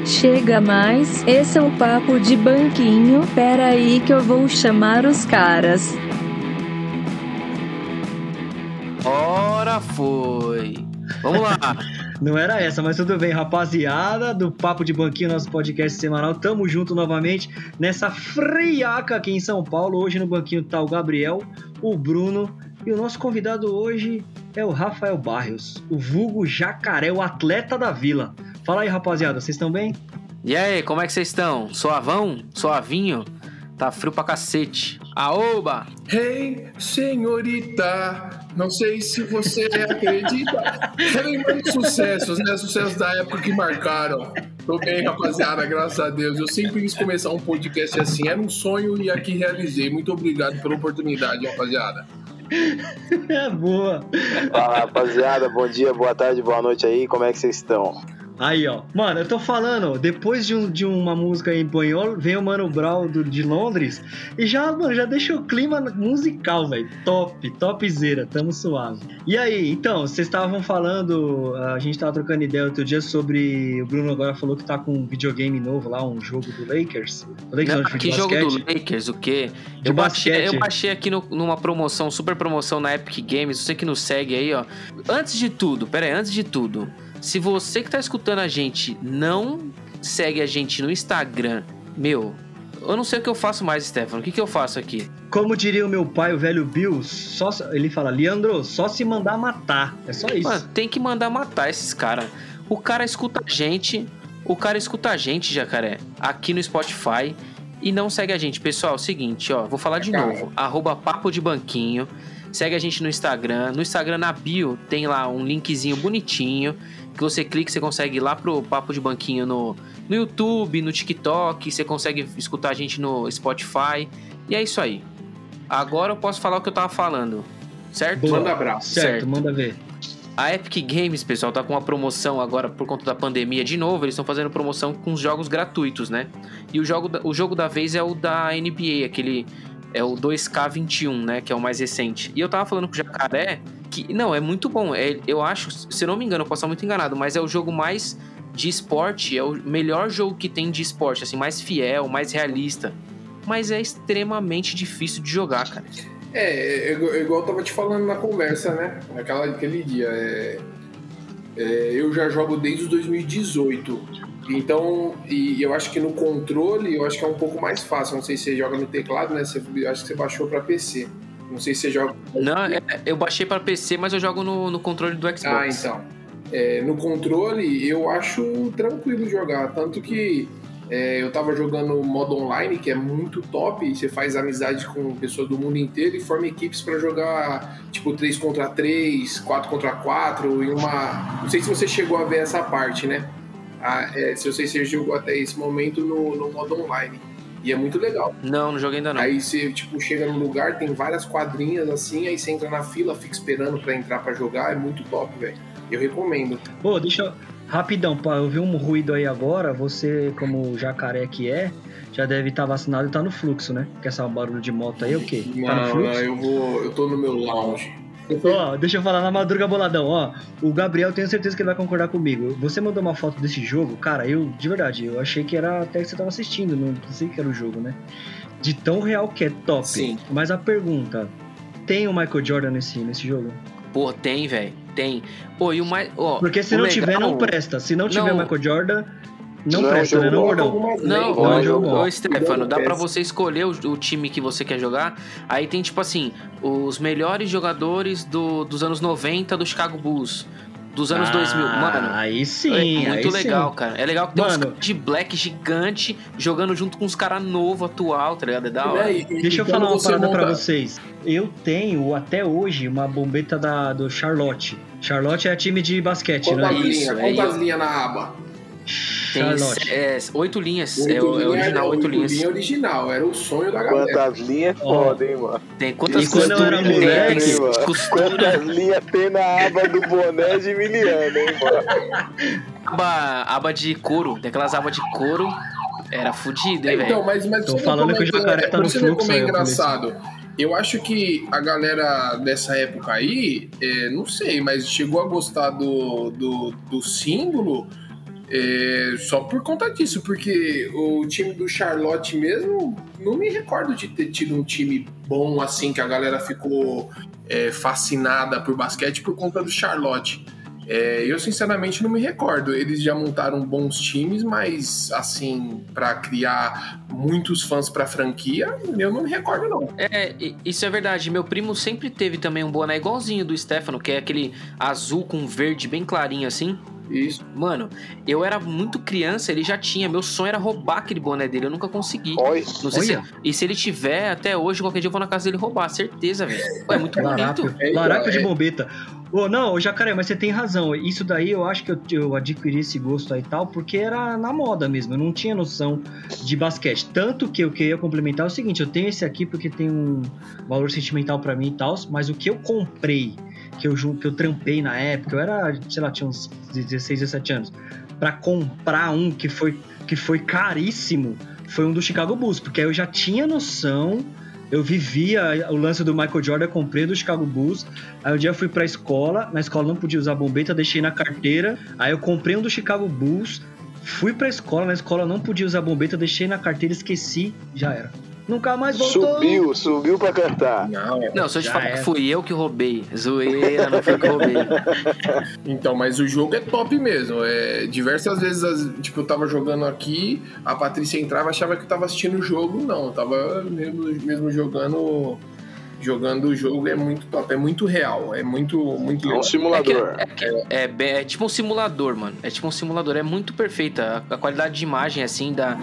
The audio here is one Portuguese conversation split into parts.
Chega mais, esse é um papo de banquinho. Pera aí que eu vou chamar os caras. Ora foi. Vamos lá. Não era essa, mas tudo bem, rapaziada do Papo de Banquinho, nosso podcast semanal. Tamo junto novamente nessa friaca aqui em São Paulo. Hoje no banquinho tá o Gabriel, o Bruno e o nosso convidado hoje é o Rafael Barrios, o vulgo Jacaré, o atleta da vila. Fala aí, rapaziada, vocês estão bem? E aí, como é que vocês estão? Suavão? Suavinho? Tá frio pra cacete. Aoba! Hey, senhorita, não sei se você acredita. Relembrando sucessos, né? Sucessos da época que marcaram. Tô bem, rapaziada, graças a Deus. Eu sempre quis começar um podcast assim. Era um sonho e aqui realizei. Muito obrigado pela oportunidade, rapaziada. É boa. Fala, rapaziada, bom dia, boa tarde, boa noite aí, como é que vocês estão? Aí, ó. Mano, eu tô falando, depois de uma música em espanhol, vem o Mano Brown de Londres e já, mano, já deixa o clima musical, velho. Topzera, tamo suave. E aí, então, vocês estavam falando, a gente tava trocando ideia outro dia sobre, o Bruno agora falou que tá com um videogame novo lá, um jogo do Lakers. Que jogo do Lakers, o quê? Eu baixei aqui numa promoção, super promoção na Epic Games, você que nos segue aí, ó. Antes de tudo, se você que tá escutando a gente não segue a gente no Instagram, meu, eu não sei o que eu faço mais, Stefano. O que eu faço aqui? Como diria o meu pai, o velho Bill, ele fala, Leandro, só se mandar matar. É só isso. Mano, tem que mandar matar esses caras. O cara escuta a gente, Jacaré, aqui no Spotify e não segue a gente. Pessoal, é o seguinte, ó, vou falar de novo. @Papo de Banquinho. Segue a gente no Instagram. No Instagram, na bio, tem lá um linkzinho bonitinho que você clica, você consegue ir lá pro Papo de Banquinho no YouTube, no TikTok, você consegue escutar a gente no Spotify. E é isso aí. Agora eu posso falar o que eu tava falando, certo? Boa. Manda abraço. Certo, manda ver. A Epic Games, pessoal, tá com uma promoção agora por conta da pandemia de novo. Eles estão fazendo promoção com os jogos gratuitos, né? E o jogo da vez é o da NBA, aquele... É o 2K21, né? Que é o mais recente. E eu tava falando com o Jacaré que... Não, é muito bom. Eu acho, se não me engano, eu posso estar muito enganado, mas é o jogo mais de esporte, é o melhor jogo que tem de esporte, assim, mais fiel, mais realista. Mas é extremamente difícil de jogar, cara. Igual eu tava te falando na conversa, né? Aquele dia. Eu já jogo desde os 2018. Então, e eu acho que no controle, eu acho que é um pouco mais fácil. Não sei se você joga no teclado, né? Eu acho que você baixou pra PC. Não sei se você joga... Não, eu baixei pra PC, mas eu jogo no controle do Xbox. Ah, então. No controle, eu acho tranquilo jogar. Tanto que eu tava jogando modo online, que é muito top. E você faz amizade com pessoas do mundo inteiro e forma equipes pra jogar, tipo, 3 contra 3, 4 contra 4 e uma... Não sei se você chegou a ver essa parte, né? Se você jogou até esse momento no modo online. E é muito legal. Não joguei ainda não. Aí você, tipo, chega num lugar, tem várias quadrinhas assim, aí você entra na fila, fica esperando pra entrar pra jogar. É muito top, velho. Eu recomendo. Pô, rapidão, pô, eu vi um ruído aí agora. Você, como jacaré que já deve estar vacinado e tá no fluxo, né? Porque esse barulho de moto aí é o quê? Tá no fluxo? Eu tô no meu lounge. Ó, deixa eu falar na madruga boladão, ó. O Gabriel, tenho certeza que ele vai concordar comigo. Você mandou uma foto desse jogo, cara, de verdade, eu achei que era até que você tava assistindo, não sei que era o jogo, né? De tão real que é top. Sim. Mas a pergunta, tem o Michael Jordan nesse jogo? Pô, tem, velho, tem. Pô, e o mais... Porque se não tiver, não presta. Se não tiver o Michael Jordan... Não presta, né, não, gordão? Não, Stefano, dá pra você escolher o time que você quer jogar. Aí tem, tipo assim, os melhores jogadores dos anos 90 do Chicago Bulls, dos anos 2000. Mano, aí sim, é muito legal, sim. cara. É legal que tem uns caras de black gigante jogando junto com uns caras novos, atual, tá ligado? É da hora. Deixa eu falar uma parada pra vocês. Eu tenho, até hoje, uma bombeta do Charlotte. Charlotte é time de basquete, né? Quantas linhas na aba? Tem 8 linhas. É original, 8 linhas. Linha original, era o sonho da galera. Quantas linhas é foda, hein, mano? Tem quantas e quando eu era moleque, quantas linhas tem na aba do boné de Miliano, hein, mano? Aba de couro, tem aquelas abas de couro. Era fudido, hein, velho? Então, mas tô falando que o Jacaré tá no fluxo. Como é engraçado. Eu acho que a galera dessa época aí, não sei, mas chegou a gostar do símbolo Só por conta disso, porque o time do Charlotte mesmo, não me recordo de ter tido um time bom assim, que a galera ficou fascinada por basquete por conta do Charlotte. Eu sinceramente não me recordo. Eles já montaram bons times, mas assim, pra criar muitos fãs pra franquia, eu não me recordo não. Isso é verdade. Meu primo sempre teve também um boné igualzinho do Stefano, que é aquele azul com verde bem clarinho assim. Isso. Mano, eu era muito criança, ele já tinha. Meu sonho era roubar aquele boné dele, eu nunca consegui. Não sei e se ele tiver, até hoje, qualquer dia eu vou na casa dele roubar, certeza, velho. É muito bonito. Larápio de bombeta. Não, Jacaré, mas você tem razão. Isso daí eu acho que eu adquiri esse gosto aí e tal, porque era na moda mesmo. Eu não tinha noção de basquete. Tanto que o que eu ia complementar é o seguinte: eu tenho esse aqui porque tem um valor sentimental pra mim e tal, mas o que eu comprei, que eu trampei na época, eu era, sei lá, tinha uns 16, 17 anos, pra comprar um que foi caríssimo, foi um do Chicago Bulls, porque aí eu já tinha noção, eu vivia o lance do Michael Jordan, eu comprei do Chicago Bulls, aí um dia eu fui pra escola, na escola não podia usar bombeta, deixei na carteira, aí eu comprei um do Chicago Bulls, fui pra escola, na escola não podia usar bombeta, deixei na carteira, esqueci, já era. Nunca mais voltou. Subiu pra cantar. Não, se eu te falar que fui eu que roubei. Zoeira, não foi eu que roubei. Então, mas o jogo é top mesmo. Diversas vezes, tipo, eu tava jogando aqui, a Patrícia entrava e achava que eu tava assistindo o jogo. Não, eu tava mesmo jogando o jogo. É muito top, é muito real, é muito legal. É um simulador. É tipo um simulador, mano. É tipo um simulador, é muito perfeita. A qualidade de imagem, assim, da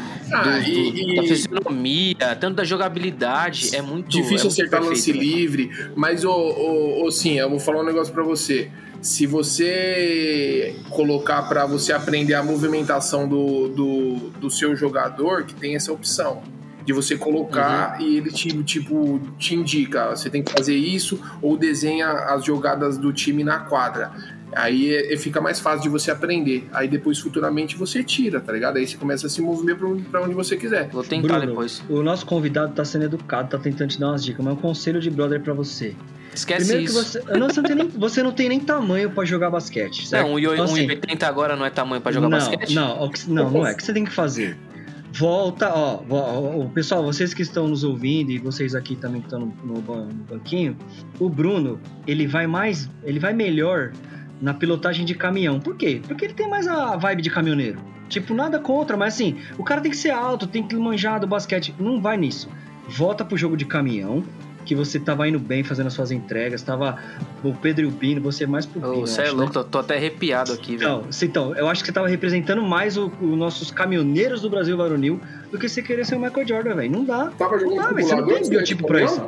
fisionomia, tanto da jogabilidade, é muito difícil acertar perfeito, lance livre, mas sim, eu vou falar um negócio pra você. Se você colocar pra você aprender a movimentação do seu jogador, que tem essa opção de você colocar e ele te indica, você tem que fazer isso, ou desenha as jogadas do time na quadra. Aí fica mais fácil de você aprender. Aí depois, futuramente, você tira, tá ligado? Aí você começa a se mover pra onde você quiser. Vou tentar, Bruno, depois. O nosso convidado tá sendo educado, tá tentando te dar umas dicas, mas é um conselho de brother pra você. Esquece Primeiro isso. Que você não tem nem tamanho pra jogar basquete, certo? Não, 1,80 agora não é tamanho pra jogar basquete? Não é. O que você tem que fazer? Volta, pessoal, vocês que estão nos ouvindo e vocês aqui também que estão no banquinho, o Bruno, ele vai melhor na pilotagem de caminhão. Por quê? Porque ele tem mais a vibe de caminhoneiro. Tipo, nada contra, mas assim, o cara tem que ser alto, tem que manjar do basquete. Não vai nisso. Volta pro jogo de caminhão, que você tava indo bem fazendo as suas entregas, tava o Pedro e o Pino, você mais pro Pino. Você é louco, né? Tô até arrepiado aqui, velho. Então, eu acho que você tava representando mais os nossos caminhoneiros do Brasil varonil do que você querer ser o Michael Jordan, velho. Não dá. Você não tem biotipo pra isso.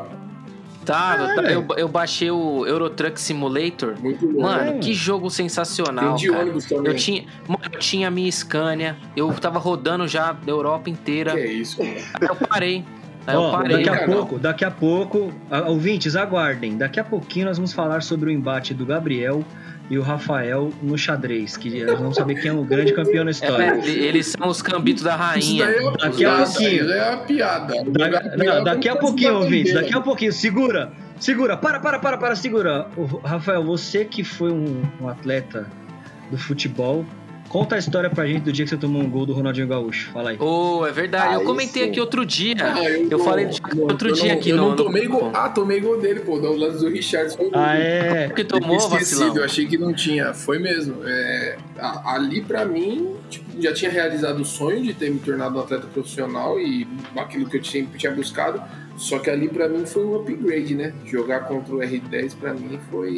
Eu baixei o Euro Truck Simulator. Muito bom. Mano, que jogo sensacional, Tem de cara. ônibus também. Eu tinha a minha Scania, eu tava rodando já a Europa inteira. Que é isso, mano? Aí eu parei. Daqui a pouco, ouvintes, aguardem. Daqui a pouquinho nós vamos falar sobre o embate do Gabriel e o Rafael no xadrez, que eles vão saber quem é o grande campeão na história. Eles são os cambitos da rainha. Daqui a pouquinho. Isso é uma piada. Daqui a pouquinho, ouvintes. Daqui a pouquinho. Segura. Segura. Rafael, você que foi um atleta do futebol, conta a história pra gente do dia que você tomou um gol do Ronaldinho Gaúcho. Fala aí. É verdade. Eu comentei aqui outro dia. Eu falei outro dia aqui. Eu não tomei gol. Tomei gol dele, pô. Do lance do Richards. É? Que tomou, vacilão. Eu achei que não tinha. Foi mesmo. Ali, pra mim, já tinha realizado o sonho de ter me tornado um atleta profissional e aquilo que eu sempre tinha buscado. Só que ali, pra mim, foi um upgrade, né? Jogar contra o R10, pra mim,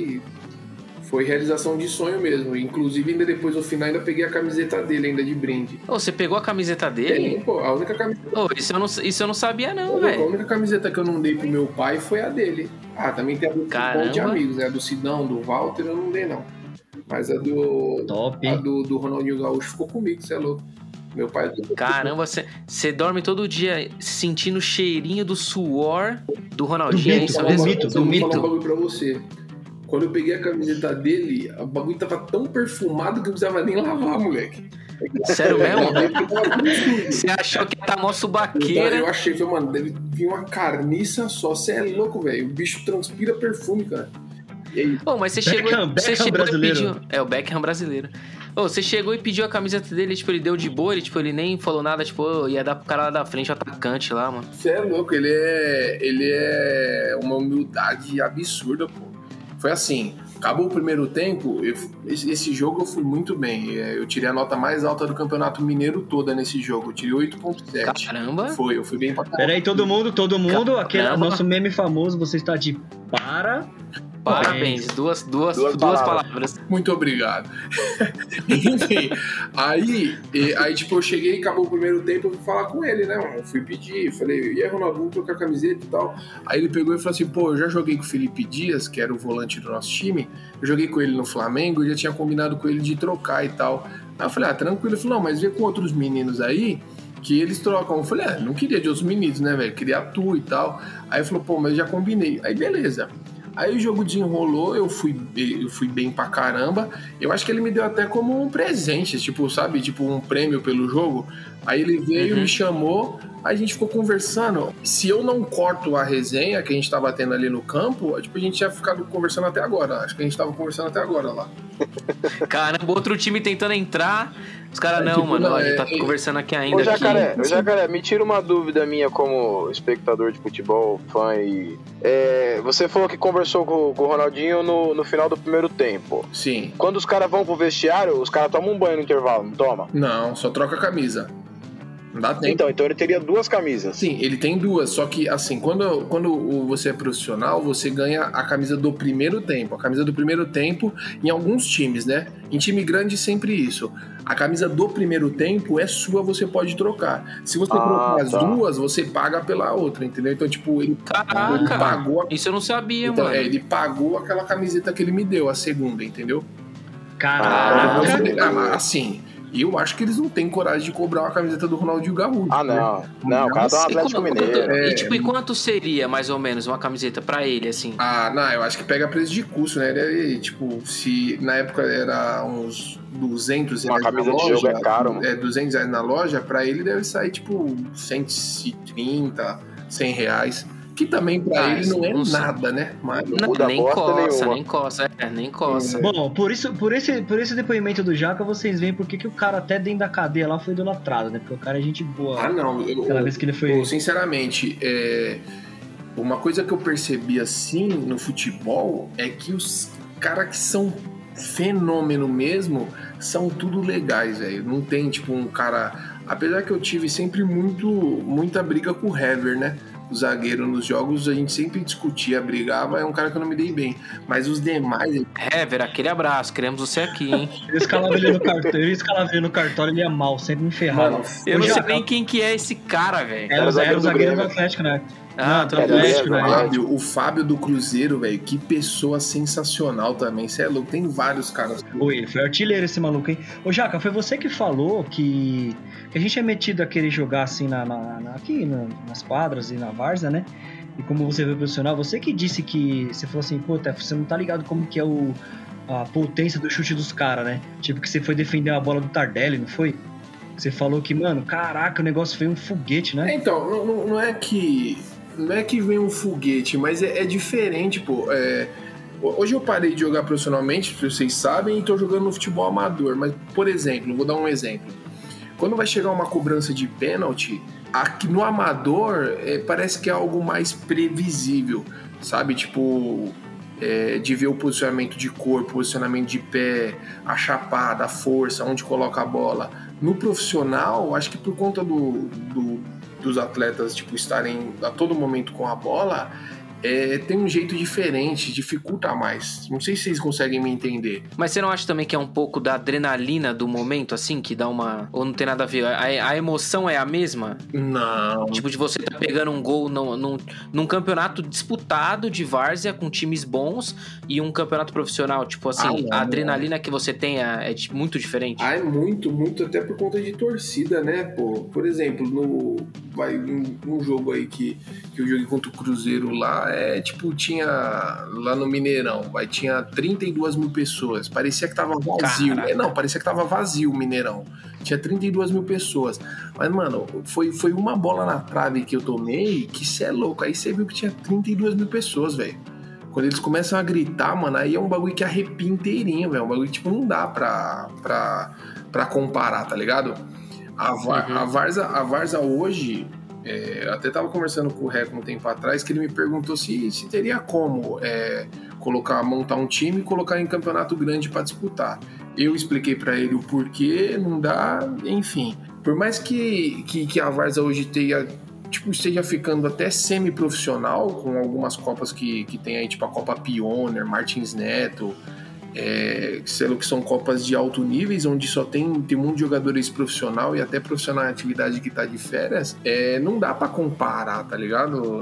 foi realização de sonho mesmo. Inclusive, ainda depois, no final, ainda peguei a camiseta dele, ainda de brinde. Você pegou a camiseta dele? Pô, a única camiseta... Isso eu não sabia não, velho. A única camiseta que eu não dei pro meu pai foi a dele. Também tem a do de amigos, né? A do Sidão, do Walter, eu não dei, não. Mas a do Ronaldinho Gaúcho ficou comigo, você é louco. Meu pai... Caramba, você dorme todo dia sentindo o cheirinho do suor do Ronaldinho. Do mito. Vou falar um bagulho pra você. Quando eu peguei a camiseta dele, o bagulho tava tão perfumado que não precisava nem lavar, moleque. Sério mesmo? Você achou que tá mó subaqueira? Eu achei, mano, deve vir uma carniça só. Você é louco, velho. O bicho transpira perfume, cara. Mas você chegou brasileiro. e pediu... o Beckham brasileiro. Ô, você chegou e pediu a camiseta dele, tipo, ele deu de boa, ele nem falou nada, tipo, ia dar pro cara lá da frente, o atacante lá, mano. Você é louco, ele é uma humildade absurda, pô. Foi assim, acabou o primeiro tempo, esse jogo eu fui muito bem. Eu tirei a nota mais alta do Campeonato Mineiro toda nesse jogo. Eu tirei 8.7. Caramba! Eu fui bem pra caramba. Peraí, todo mundo, Caramba. aquele nosso meme famoso, você está de Parabéns, duas palavras. Muito obrigado. Enfim, aí, tipo, eu cheguei, acabou o primeiro tempo, eu fui falar com ele, né? Eu fui pedir, falei, e aí, Ronaldo, vamos trocar camiseta e tal. Aí ele pegou e falou assim, pô, eu já joguei com o Felipe Dias, que era o volante do nosso time, eu joguei com ele no Flamengo, eu já tinha combinado com ele de trocar e tal. Aí eu falei, tranquilo. Ele falou, não, mas vê com outros meninos aí, que eles trocam. Eu falei, não queria de outros meninos, né, velho? Queria tu e tal. Aí ele falou, pô, mas eu já combinei. Aí beleza. Aí o jogo desenrolou, eu fui bem pra caramba. Eu acho que ele me deu até como um presente, tipo, sabe? Tipo, um prêmio pelo jogo. Aí ele veio, me chamou, aí a gente ficou conversando. Se eu não corto a resenha que a gente tava tendo ali no campo, tipo, a gente tinha ficado conversando até agora. Acho que a gente tava conversando até agora lá. Caramba, outro time tentando entrar. Os caras, não, tipo, mano, a gente tá conversando aqui ainda. Ô, Jacaré, me tira uma dúvida minha como espectador de futebol, fã e... você falou que conversou com o Ronaldinho no final do primeiro tempo. Sim. Quando os caras vão pro vestiário, os caras tomam um banho no intervalo, não toma? Não, só troca a camisa. Não dá tempo. Então ele teria 2 camisas. Sim, ele tem 2, só que assim, quando você é profissional, você ganha a camisa do primeiro tempo. A camisa do primeiro tempo, em alguns times, né? Em time grande, sempre isso. A camisa do primeiro tempo é sua, você pode trocar. Se você trocar as 2, você paga pela outra, entendeu? Então, tipo, ele pagou... Isso eu não sabia, então, mano. ele pagou aquela camiseta que ele me deu, a segunda, entendeu? Caraca! Assim... E eu acho que eles não têm coragem de cobrar uma camiseta do Ronaldinho Gaúcho. Não. Né? Não, o cara tá no Atlético Mineiro. E quanto seria, mais ou menos, uma camiseta pra ele, assim? Não, eu acho que pega preço de custo, né? Ele, tipo, se na época era uns 200 reais na loja... Uma camisa de jogo é caro, mano. 200 reais na loja, pra ele deve sair, tipo, 130, 100 reais. Que também pra ele não é nada, né? Mas nem coça. Bom, por esse depoimento do Jaca, vocês veem por que o cara até dentro da cadeia lá foi idolatrado, né? Porque o cara é gente boa. Não. Aquela vez que ele foi... Sinceramente, uma coisa que eu percebi assim no futebol é que os caras que são fenômeno mesmo são tudo legais, velho. Não tem, tipo, um cara... Apesar que eu tive sempre muita briga com o Hever, né? O zagueiro nos jogos, a gente sempre discutia, brigava, é um cara que eu não me dei bem. Mas os demais... Hever, aquele abraço, queremos você aqui, hein? Eu escalava ele no cartório, ele ia mal, sempre me ferrava. Mano, eu não sei nem quem que é esse cara, velho. Era o zagueiro do Atlético, né? Do Atlético, né? O Fábio do Cruzeiro, velho, que pessoa sensacional também. Você é louco, tem vários caras. Ele foi artilheiro esse maluco, hein? Ô, Jaca, foi você que falou que a gente é metido a querer jogar assim aqui nas quadras e na várzea, né? E como você veio profissional, você que disse que... Você falou assim, pô, você não tá ligado como que é a potência do chute dos caras, né? Tipo que você foi defender a bola do Tardelli, não foi? Você falou que, mano, caraca, o negócio foi um foguete, né? Então, não é que vem um foguete, mas é diferente, pô. Hoje eu parei de jogar profissionalmente, vocês sabem, e tô jogando no futebol amador. Mas, por exemplo, vou dar um exemplo. Quando vai chegar uma cobrança de pênalti, aqui no amador parece que é algo mais previsível, sabe? Tipo, de ver o posicionamento de corpo, posicionamento de pé, a chapada, a força, onde coloca a bola. No profissional, acho que por conta dos atletas tipo, estarem a todo momento com a bola, tem um jeito diferente, dificulta mais. Não sei se vocês conseguem me entender. Mas você não acha também que é um pouco da adrenalina do momento, assim, que dá uma... Ou não tem nada a ver? A emoção é a mesma? Não. Tipo, de você tá pegando um gol num campeonato disputado de várzea com times bons e um campeonato profissional. Tipo assim, a adrenalina que você tem é muito diferente. É muito, muito, até por conta de torcida, né, pô? Por exemplo, num jogo aí que eu joguei contra o Cruzeiro lá, tipo, tinha lá no Mineirão, tinha 32 mil pessoas, parecia que tava vazio. Parecia que tava vazio o Mineirão, tinha 32 mil pessoas, mas, mano, foi uma bola na trave que eu tomei, que cê é louco, aí você viu que tinha 32 mil pessoas, velho. Quando eles começam a gritar, mano, aí é um bagulho que arrepia inteirinho, velho. Um bagulho que, tipo, não dá pra comparar, tá ligado? A Varza hoje... eu até tava conversando com o Reco um tempo atrás, que ele me perguntou se teria como montar um time e colocar em campeonato grande pra disputar. Eu expliquei pra ele o porquê, não dá, enfim. Por mais que a Varza hoje esteja ficando até semi-profissional, com algumas copas que tem aí, tipo a Copa Pioneer, Martins Neto, que são copas de alto nível, onde só tem um monte de jogadores profissional e até profissional em atividade que tá de férias, não dá pra comparar, tá ligado?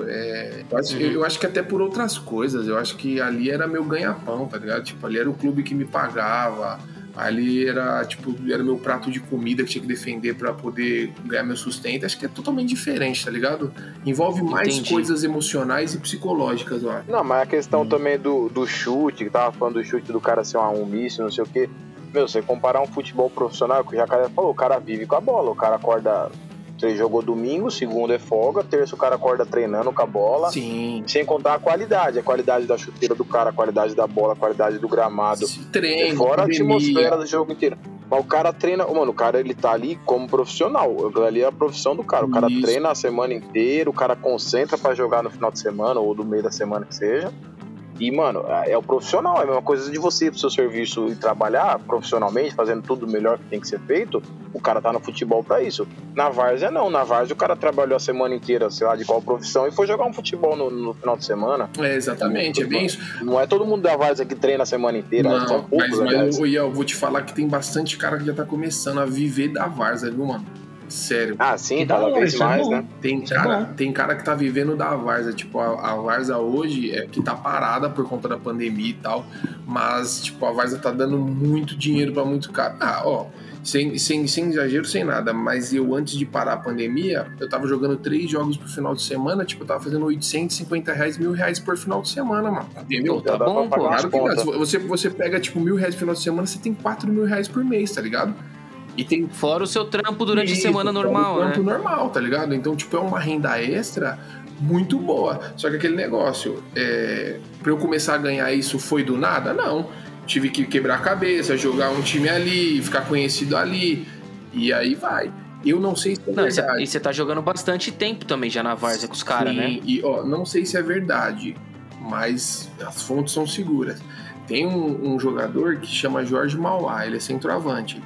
Eu acho que até por outras coisas, eu acho que ali era meu ganha-pão, tá ligado? Tipo, ali era o clube que me pagava, ali era meu prato de comida que tinha que defender pra poder ganhar meu sustento. Acho que é totalmente diferente, tá ligado? Envolve mais coisas emocionais e psicológicas, eu acho. Não, mas a questão também do chute, que tava falando do chute do cara ser um míssil, não sei o quê. Meu, você comparar um futebol profissional, que o Jacaré falou, o cara vive com a bola, o cara acorda... Você jogou domingo, segunda é folga, terça o cara acorda treinando com a bola. Sim. Sem contar a qualidade da chuteira do cara, a qualidade da bola, a qualidade do gramado. Treino, fora a academia. atmosfera do jogo inteiro. Mas o cara treina, mano, o cara ele tá ali como profissional. Ali é a profissão do cara. O cara treina a semana inteira, o cara concentra pra jogar no final de semana ou do meio da semana que seja. E, mano, é o profissional, é a mesma coisa de você ir pro seu serviço e trabalhar profissionalmente, fazendo tudo melhor que tem que ser feito. O cara tá no futebol pra isso. Na Várzea, não. Na Várzea, o cara trabalhou a semana inteira, sei lá, de qual profissão, e foi jogar um futebol no final de semana. Exatamente, é bem isso. Não é todo mundo da Várzea que treina a semana inteira. Não, são poucos, mas eu vou te falar que tem bastante cara que já tá começando a viver da Várzea, viu, mano? Sério. Ah, sim, cada vez mais, né? Tem cara que tá vivendo da Várzea. Tipo, a Várzea hoje é que tá parada por conta da pandemia e tal. Mas, tipo, a Várzea tá dando muito dinheiro pra muito cara. Sem exagero, sem nada. Mas eu, antes de parar a pandemia, eu tava jogando 3 jogos por final de semana. Tipo, eu tava fazendo R$850, R$1.000 por final de semana, mano. Entendeu? Tá bom, pô. Claro que não. Você pega, tipo, R$1.000 no final de semana, você tem R$4.000 por mês, tá ligado? E tem... Fora o seu trampo durante a semana normal, né? Trampo normal, tá ligado? Então, tipo, é uma renda extra muito boa. Só que aquele negócio, pra eu começar a ganhar isso foi do nada? Não. Tive que quebrar a cabeça, jogar um time ali, ficar conhecido ali, e aí vai. Eu não sei se é verdade. E você tá jogando bastante tempo também já na Várzea com os caras, né? E, não sei se é verdade, mas as fontes são seguras. Tem um jogador que chama Jorge Mauá, ele é centroavante.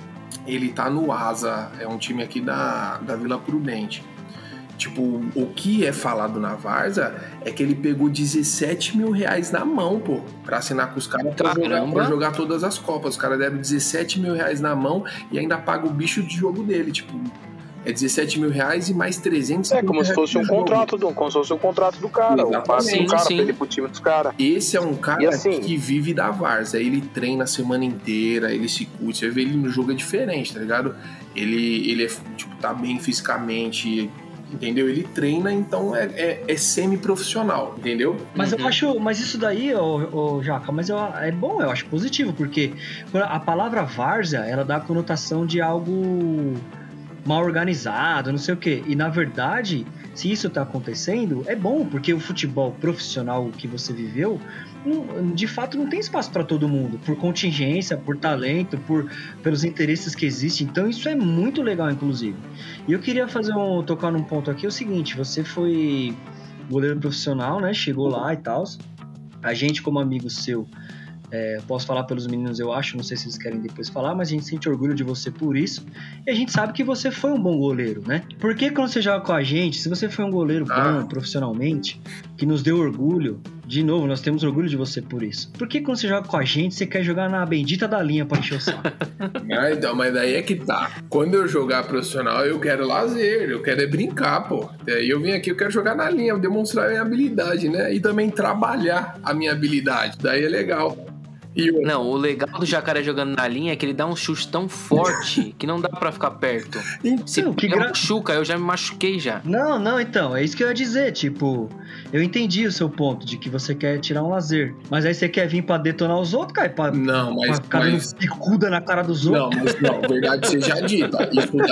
Ele tá no Asa, é um time aqui da Vila Prudente. Tipo, o que é falado na Várzea é que ele pegou R$17.000 na mão, pô, pra assinar com os caras pra jogar todas as Copas. Os caras deram R$17.000 na mão e ainda paga o bicho de jogo dele, tipo... É R$17.000 e mais 300. Como se fosse um contrato do cara. O passe do cara pra ele pro time dos caras. Esse é um cara que vive da Várzea. Ele treina a semana inteira, ele se curte. Você vê ele no jogo é diferente, tá ligado? Ele é, tipo, tá bem fisicamente, entendeu? Ele treina, então é semi-profissional, entendeu? Mas eu acho, mas isso daí, Jaca, é bom, eu acho positivo, porque a palavra Várzea, ela dá a conotação de algo mal organizado, não sei o quê. E, na verdade, se isso tá acontecendo, é bom, porque o futebol profissional que você viveu, de fato, não tem espaço para todo mundo, por contingência, por talento, pelos interesses que existem. Então, isso é muito legal, inclusive. E eu queria tocar num ponto aqui, é o seguinte, você foi goleiro profissional, né? Chegou lá e tal. A gente, como amigo seu, posso falar pelos meninos, eu acho, não sei se eles querem depois falar, mas a gente sente orgulho de você por isso, e a gente sabe que você foi um bom goleiro, né? Porque quando você joga com a gente, se você foi um goleiro bom profissionalmente, que nos deu orgulho, de novo, nós temos orgulho de você por isso. Por que quando você joga com a gente, você quer jogar na bendita da linha pra encher o saco? Então, mas daí é que tá. Quando eu jogar profissional, eu quero lazer, eu quero brincar, pô. Daí eu vim aqui, eu quero jogar na linha, demonstrar a minha habilidade, né? E também trabalhar a minha habilidade. Daí é legal. Não, o legal do Jacaré jogando na linha é que ele dá um chute tão forte que não dá pra ficar perto. Se machuca, eu já me machuquei já. Não, então, é isso que eu ia dizer, tipo... Eu entendi o seu ponto de que você quer tirar um lazer. Mas aí você quer vir pra detonar os outros, cara? Pra ficar dando picuda na cara dos outros? Não, verdade seja dita.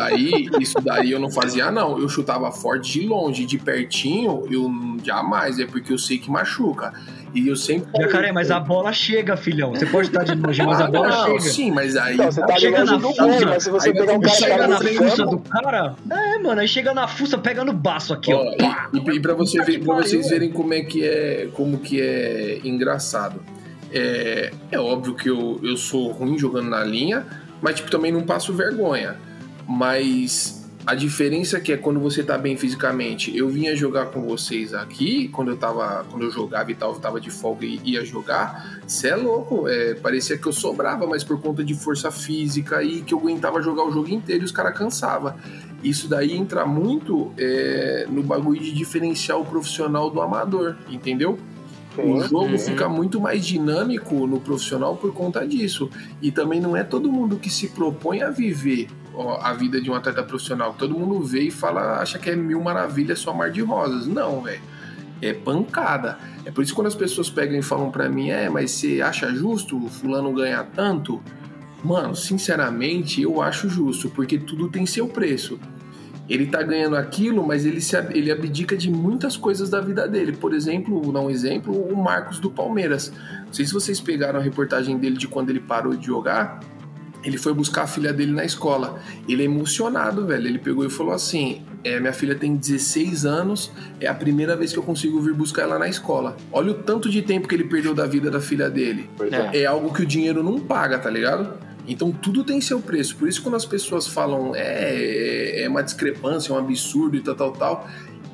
Isso daí eu não fazia, não. Eu chutava forte de longe, de pertinho, eu jamais. É porque eu sei que machuca. E eu sempre... Jacaré, mas a bola chega, filhão. Você pode estar de longe, mas a bola chega. Sim, mas aí... Então, você tá chega na do fuça, gol, mas se você aí pegar um cara chega na no fuça campo, do cara. Né? Aí chega na fuça, pega no baço aqui, ó. E pra vocês verem como que é engraçado. É óbvio que eu sou ruim jogando na linha, mas tipo, também não passo vergonha. Mas a diferença que é quando você tá bem fisicamente. Eu vinha jogar com vocês aqui, quando eu jogava e tal, eu tava de folga e ia jogar. Cê é louco, parecia que eu sobrava, mas por conta de força física e que eu aguentava jogar o jogo inteiro e os caras cansavam. Isso daí entra muito no bagulho de diferenciar o profissional do amador, entendeu? O jogo fica muito mais dinâmico no profissional por conta disso. E também não é todo mundo que se propõe a viver a vida de um atleta profissional. Todo mundo vê e acha que é mil maravilhas, só mar de rosas. Não, velho. É pancada. É por isso que quando as pessoas pegam e falam pra mim, mas você acha justo o fulano ganhar tanto? Mano, sinceramente, eu acho justo, porque tudo tem seu preço. Ele tá ganhando aquilo, mas ele abdica de muitas coisas da vida dele. Por exemplo, vou dar um exemplo, o Marcos do Palmeiras. Não sei se vocês pegaram a reportagem dele de quando ele parou de jogar. Ele foi buscar a filha dele na escola. Ele é emocionado, velho. Ele pegou e falou assim, minha filha tem 16 anos, é a primeira vez que eu consigo vir buscar ela na escola. Olha o tanto de tempo que ele perdeu da vida da filha dele. É algo que o dinheiro não paga, tá ligado? Então tudo tem seu preço. Por isso quando as pessoas falam é uma discrepância, é um absurdo e tal,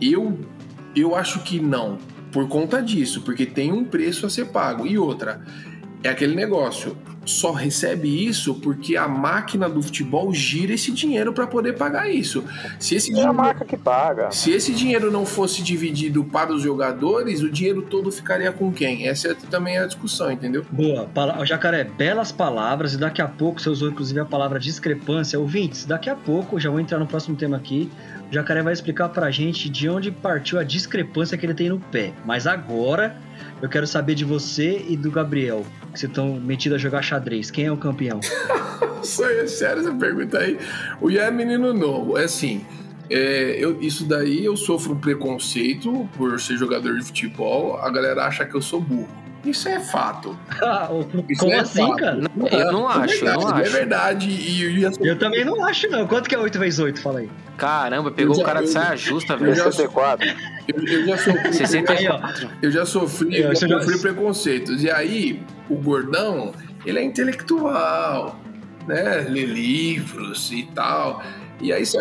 eu acho que não. Por conta disso, porque tem um preço a ser pago. E outra, é aquele negócio, só recebe isso porque a máquina do futebol gira esse dinheiro para poder pagar isso. Se esse dinheiro, a marca que paga. Se esse dinheiro não fosse dividido para os jogadores, o dinheiro todo ficaria com quem? Essa também é a discussão, entendeu? Boa, Jacaré, belas palavras, e daqui a pouco você usou inclusive a palavra discrepância. Ouvintes, daqui a pouco, já vou entrar no próximo tema aqui, o Jacaré vai explicar pra gente de onde partiu a discrepância que ele tem no pé. Mas agora, eu quero saber de você e do Gabriel, que vocês estão metidos a jogar xadrez. Quem é o campeão? Sério essa pergunta aí? O Ian é menino novo. É assim, isso daí eu sofro um preconceito por ser jogador de futebol. A galera acha que eu sou burro. Isso é fato. Como assim, fato, cara? Não, eu não acho, eu não acho. É verdade. Eu também não acho, não. Quanto que é 8 × 8? Fala aí. Caramba, pegou o cara de saia justa, velho. 64. Eu já sofri. 64. Eu já sofri preconceitos. E aí, o gordão, ele é intelectual, né? Lê livros e tal. E aí,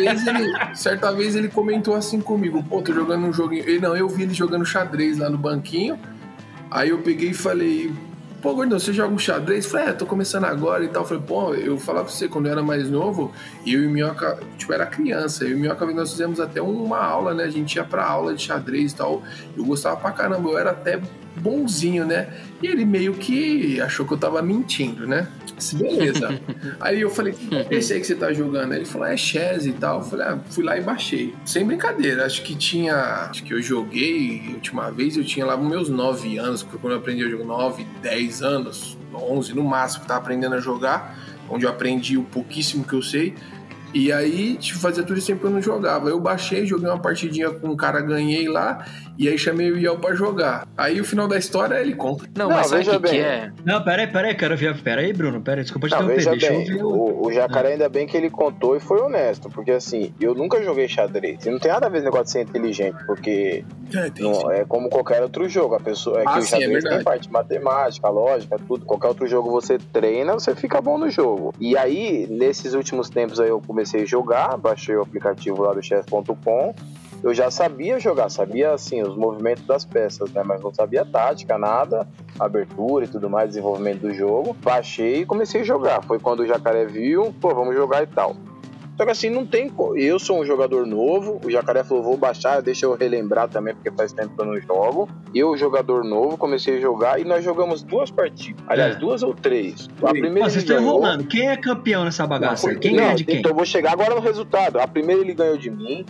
certa vez ele comentou assim comigo: pô, tô jogando um joguinho. Eu vi ele jogando xadrez lá no banquinho. Aí eu peguei e falei: pô, gordão, você joga um xadrez? Eu falei: tô começando agora e tal. Eu falei: pô, eu falava pra você, quando eu era mais novo, eu e o Minhoca, era criança, eu e o Minhoca, nós fizemos até uma aula, né? A gente ia pra aula de xadrez e tal. Eu gostava pra caramba, eu era até bonzinho, né? E ele meio que achou que eu tava mentindo, né? Beleza. Aí eu falei: esse aí que você tá jogando? Aí ele falou: é chess e tal. Eu falei: fui lá e baixei. Sem brincadeira, acho que eu joguei, a última vez eu tinha lá meus 9 anos, porque quando eu aprendi a jogar 9, 10 anos, 11 no máximo, que tava aprendendo a jogar, onde eu aprendi o pouquíssimo que eu sei. E aí, fazia tudo isso tempo que eu não jogava. Eu baixei, joguei uma partidinha com um cara, ganhei lá, e aí chamei o Iel pra jogar. Aí o final da história, ele conta. Não, mas sabe o que é? Não, peraí, quero ver. Peraí, Bruno, desculpa te interromper. Deixa eu ver. O Jacaré ainda bem que ele contou e foi honesto, porque assim, eu nunca joguei xadrez. E não tem nada a ver com o negócio de ser inteligente, porque não, é como qualquer outro jogo. A pessoa, que o xadrez tem parte matemática, lógica, tudo. Qualquer outro jogo você treina, você fica bom no jogo. E aí, nesses últimos tempos aí eu comecei a jogar, baixei o aplicativo lá do chess.com. Eu já sabia jogar, sabia assim os movimentos das peças, né? Mas não sabia tática, nada, abertura e tudo mais, desenvolvimento do jogo. Baixei e comecei a jogar. Foi quando o Jacaré viu, vamos jogar e tal. Só que assim, não tem... Eu sou um jogador novo, o Jacaré falou: vou baixar, deixa eu relembrar também, porque faz tempo que eu não jogo. Eu, jogador novo, comecei a jogar e nós jogamos 2 partidas. Aliás, 2 ou 3. A primeira vocês estão enrolando. Quem é campeão nessa bagaça? Quem ganha de quem? Então eu vou chegar agora no resultado. A primeira ele ganhou de mim,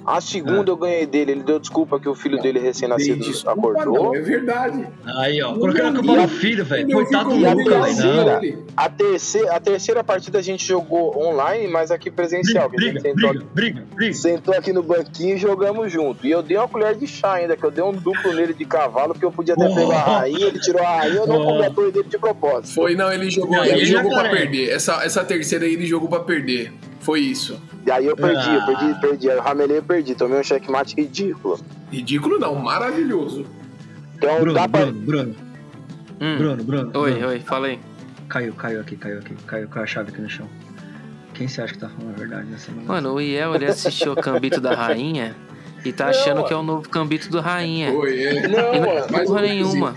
A segunda eu ganhei dele, ele deu desculpa que o filho dele recém-nascido acordou. Não, é verdade. Aí, ó, colocando a culpa no filho, velho. Coitado do E a Luca, velho. a terceira partida a gente jogou online, mas aqui presencial. Briga. Sentou aqui no banquinho e jogamos junto. E eu dei uma colher de chá ainda, que eu dei um duplo nele de cavalo, porque eu podia ter pego a rainha, ele tirou a rainha, eu não comi a torre dele de propósito. Foi, não, ele jogou pra perder. Essa terceira aí ele jogou pra perder. Foi isso. E aí eu perdi. Eu ramelei e perdi. Tomei um checkmate ridículo. Ridículo não, maravilhoso. Então, Bruno. Oi, fala aí. Caiu a chave aqui no chão. Quem você acha que tá falando a verdade nessa semana? Mano, o Iel, ele assistiu o Gambito da Rainha e tá achando que é o novo Gambito do Rainha. Não, mano. Porra nenhuma.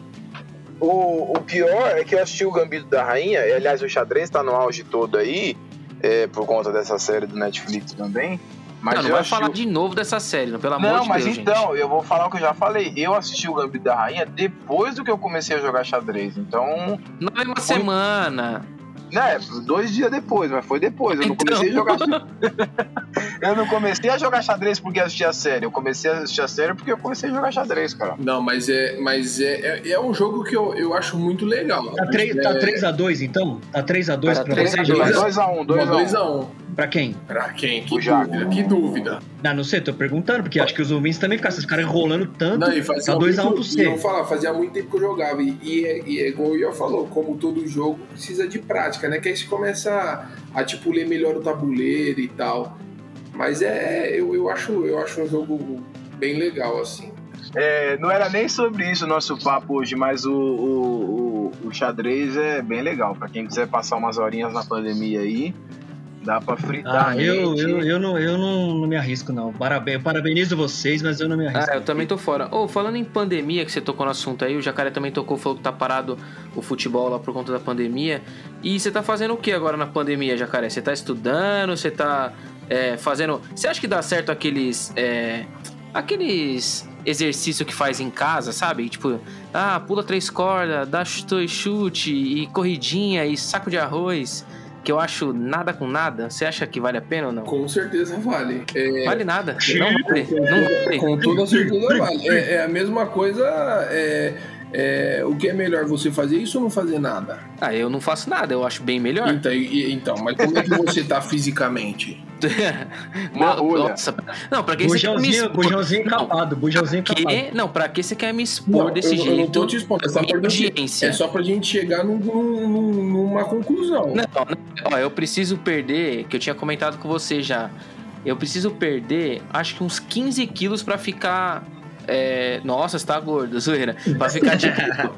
O pior é que eu assisti o Gambito da Rainha, e, aliás, o xadrez tá no auge todo aí, por conta dessa série do Netflix também. Mas não vai falar de novo dessa série, pelo amor de Deus, mas então, gente. eu vou falar o que eu já falei. Eu assisti o Gambito da Rainha depois do que eu comecei a jogar xadrez, então... Não é uma semana. 2 dias depois, mas foi depois. Eu não comecei a jogar. Eu não comecei a jogar xadrez porque assisti a série. Eu comecei a assistir a série porque eu comecei a jogar xadrez, cara. Não, mas é um jogo que eu acho muito legal. Tá 3x2 então? Tá 3x2 pra você? 2x1. Pra quem? Pra quem? Que dúvida. Não sei, tô perguntando, porque acho que os ouvintes também ficam esses caras enrolando tanto. Não, e tá 2x1 pro você. Fazia muito tempo que eu jogava. E é igual o Ian falou, como todo jogo precisa de prática, né? Que aí você começa a tipo, ler melhor o tabuleiro e tal. Mas eu acho um jogo bem legal, assim. Não era nem sobre isso o nosso papo hoje, mas o xadrez é bem legal. Pra quem quiser passar umas horinhas na pandemia aí, dá pra fritar. Eu não me arrisco, não. Eu parabenizo vocês, mas eu não me arrisco. Eu também tô fora. Falando em pandemia, que você tocou no assunto aí, o Jacaré também falou que tá parado o futebol lá por conta da pandemia. E você tá fazendo o que agora na pandemia, Jacaré? Você tá estudando? Você tá fazendo... Você acha que dá certo aqueles exercícios que faz em casa, sabe? Tipo, pula 3 cordas, dá chute e corridinha e saco de arroz... Que eu acho nada com nada. Você acha que vale a pena ou não? Com certeza vale. Vale nada. Não vale. Com toda certeza vale. É a mesma coisa. O que é melhor, você fazer isso ou não fazer nada? Eu não faço nada. Eu acho bem melhor. Então, mas como é que você tá fisicamente? Nossa. Não, pra que você quer me expor? Bujãozinho encapado. Não, pra que você quer me expor desse jeito? Eu não tô te expondo. É só pra gente chegar numa conclusão. Não, eu preciso perder, que eu tinha comentado com você já. Eu preciso perder, acho que uns 15 quilos pra ficar... nossa, você tá gordo, zoeira. Pra ficar de boa.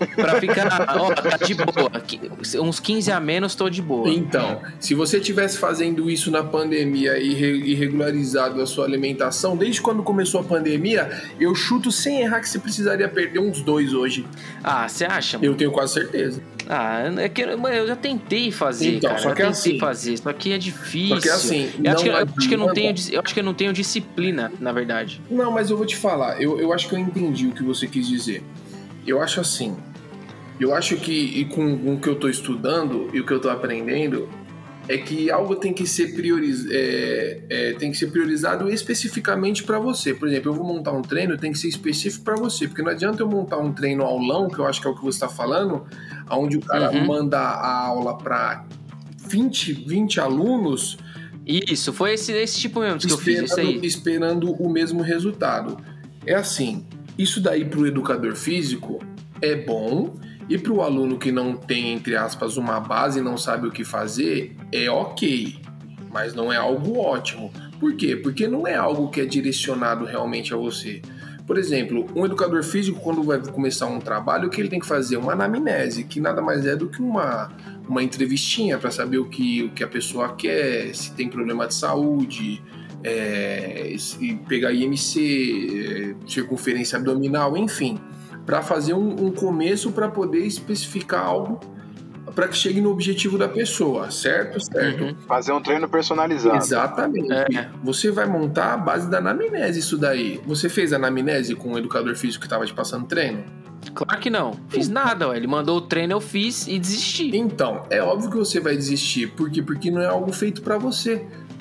Tá de boa. Uns 15 a menos, tô de boa. Então, se você estivesse fazendo isso na pandemia e regularizado a sua alimentação, desde quando começou a pandemia, eu chuto sem errar que você precisaria perder uns 2 hoje. Você acha? Eu tenho quase certeza. É que eu já tentei fazer, então, cara. Só que eu tentei fazer, só que é difícil. Só que assim, eu acho que eu não tenho disciplina, na verdade. Não, mas eu vou te falar. Eu acho que eu entendi o que você quis dizer. Eu acho assim. Eu acho que com o que eu tô estudando e o que eu tô aprendendo é que algo tem que ser priorizado especificamente para você. Por exemplo, eu vou montar um treino, tem que ser específico para você, porque não adianta eu montar um treino aulão, que eu acho que é o que você está falando, onde o cara manda a aula para 20 alunos. Isso, foi esse tipo mesmo que eu fiz isso aí. Esperando o mesmo resultado. É assim, isso daí para o educador físico é bom, e para o aluno que não tem, entre aspas, uma base e não sabe o que fazer, é ok, mas não é algo ótimo. Por quê? Porque não é algo que é direcionado realmente a você. Por exemplo, um educador físico, quando vai começar um trabalho, o que ele tem que fazer? Uma anamnese, que nada mais é do que uma entrevistinha para saber o que a pessoa quer, se tem problema de saúde, se pegar IMC, circunferência abdominal, enfim, para fazer um começo para poder especificar algo para que chegue no objetivo da pessoa, certo? Fazer um treino personalizado. Exatamente. Você vai montar a base da anamnese, isso daí. Você fez anamnese com o educador físico que estava te passando treino? Claro que não. Fiz nada, ele mandou o treino, eu fiz e desisti. Então, é óbvio que você vai desistir. Por quê? Porque não é algo feito para você.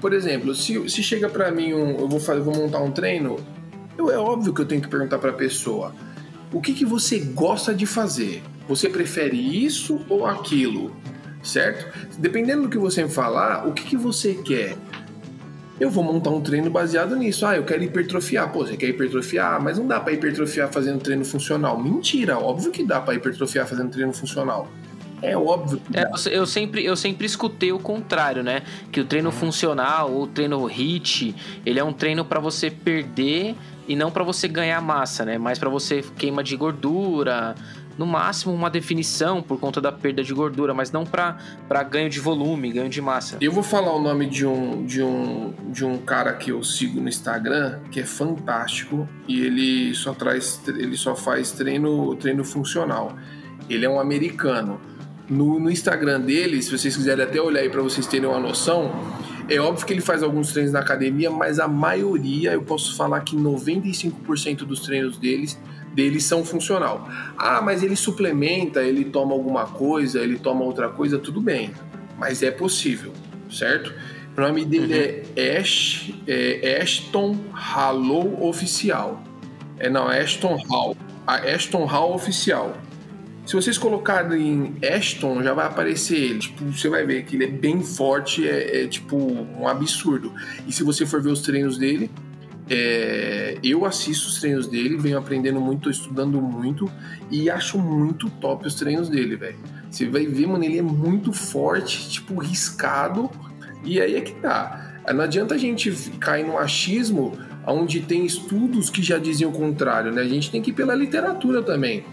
Por exemplo, se chega pra mim eu vou montar um treino, é óbvio que eu tenho que perguntar pra pessoa: o que você gosta de fazer? Você prefere isso ou aquilo? Certo? Dependendo do que você me falar, o que você quer? Eu vou montar um treino baseado nisso. Eu quero hipertrofiar. Pô, você quer hipertrofiar? Mas não dá pra hipertrofiar fazendo treino funcional. Mentira, óbvio que dá pra hipertrofiar fazendo treino funcional. É óbvio. Eu sempre escutei o contrário, né? Que o treino funcional ou o treino HIIT, ele é um treino pra você perder e não pra você ganhar massa, né? Mas pra você queima de gordura, no máximo uma definição por conta da perda de gordura, mas não pra ganho de volume, ganho de massa. Eu vou falar o nome de um cara que eu sigo no Instagram, que é fantástico, e ele só faz treino funcional. Ele é um americano. No Instagram dele, se vocês quiserem até olhar aí pra vocês terem uma noção, é óbvio que ele faz alguns treinos na academia, mas a maioria, eu posso falar que 95% dos treinos deles são funcional. Mas ele suplementa, ele toma alguma coisa, ele toma outra coisa, tudo bem. Mas é possível, certo? O nome dele é Ashton Hall Oficial. Ashton Hall. Ashton Hall Oficial. Se vocês colocarem em Ashton, já vai aparecer ele. Tipo, você vai ver que ele é bem forte, é tipo um absurdo. E se você for ver os treinos dele, eu assisto os treinos dele, venho aprendendo muito, tô estudando muito e acho muito top os treinos dele, velho. Você vai ver, mano, ele é muito forte, tipo, riscado. E aí é que tá. Não adianta a gente cair no achismo onde tem estudos que já diziam o contrário, né? A gente tem que ir pela literatura também.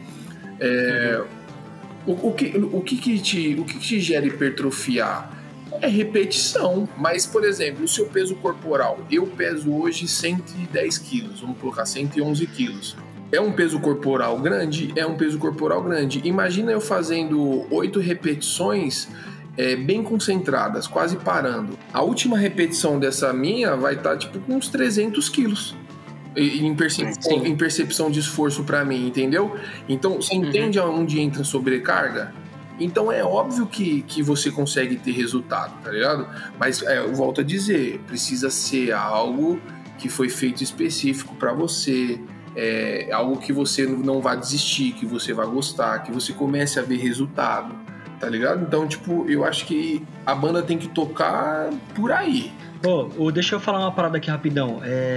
O que te gera hipertrofiar? É repetição. Mas, por exemplo, o seu peso corporal, eu peso hoje 110 quilos, vamos colocar 111 quilos. É um peso corporal grande? É um peso corporal grande. Imagina eu fazendo 8 repetições bem concentradas, quase parando. A última repetição dessa minha vai estar tipo com uns 300 quilos. Em percepção de esforço pra mim, entendeu? Então, você entende onde entra a sobrecarga? Então é óbvio que você consegue ter resultado, tá ligado? Mas eu volto a dizer, precisa ser algo que foi feito específico pra você, algo que você não vai desistir, que você vai gostar, que você comece a ver resultado, tá ligado? Então, tipo, eu acho que a banda tem que tocar por aí. Deixa eu falar uma parada aqui rapidão.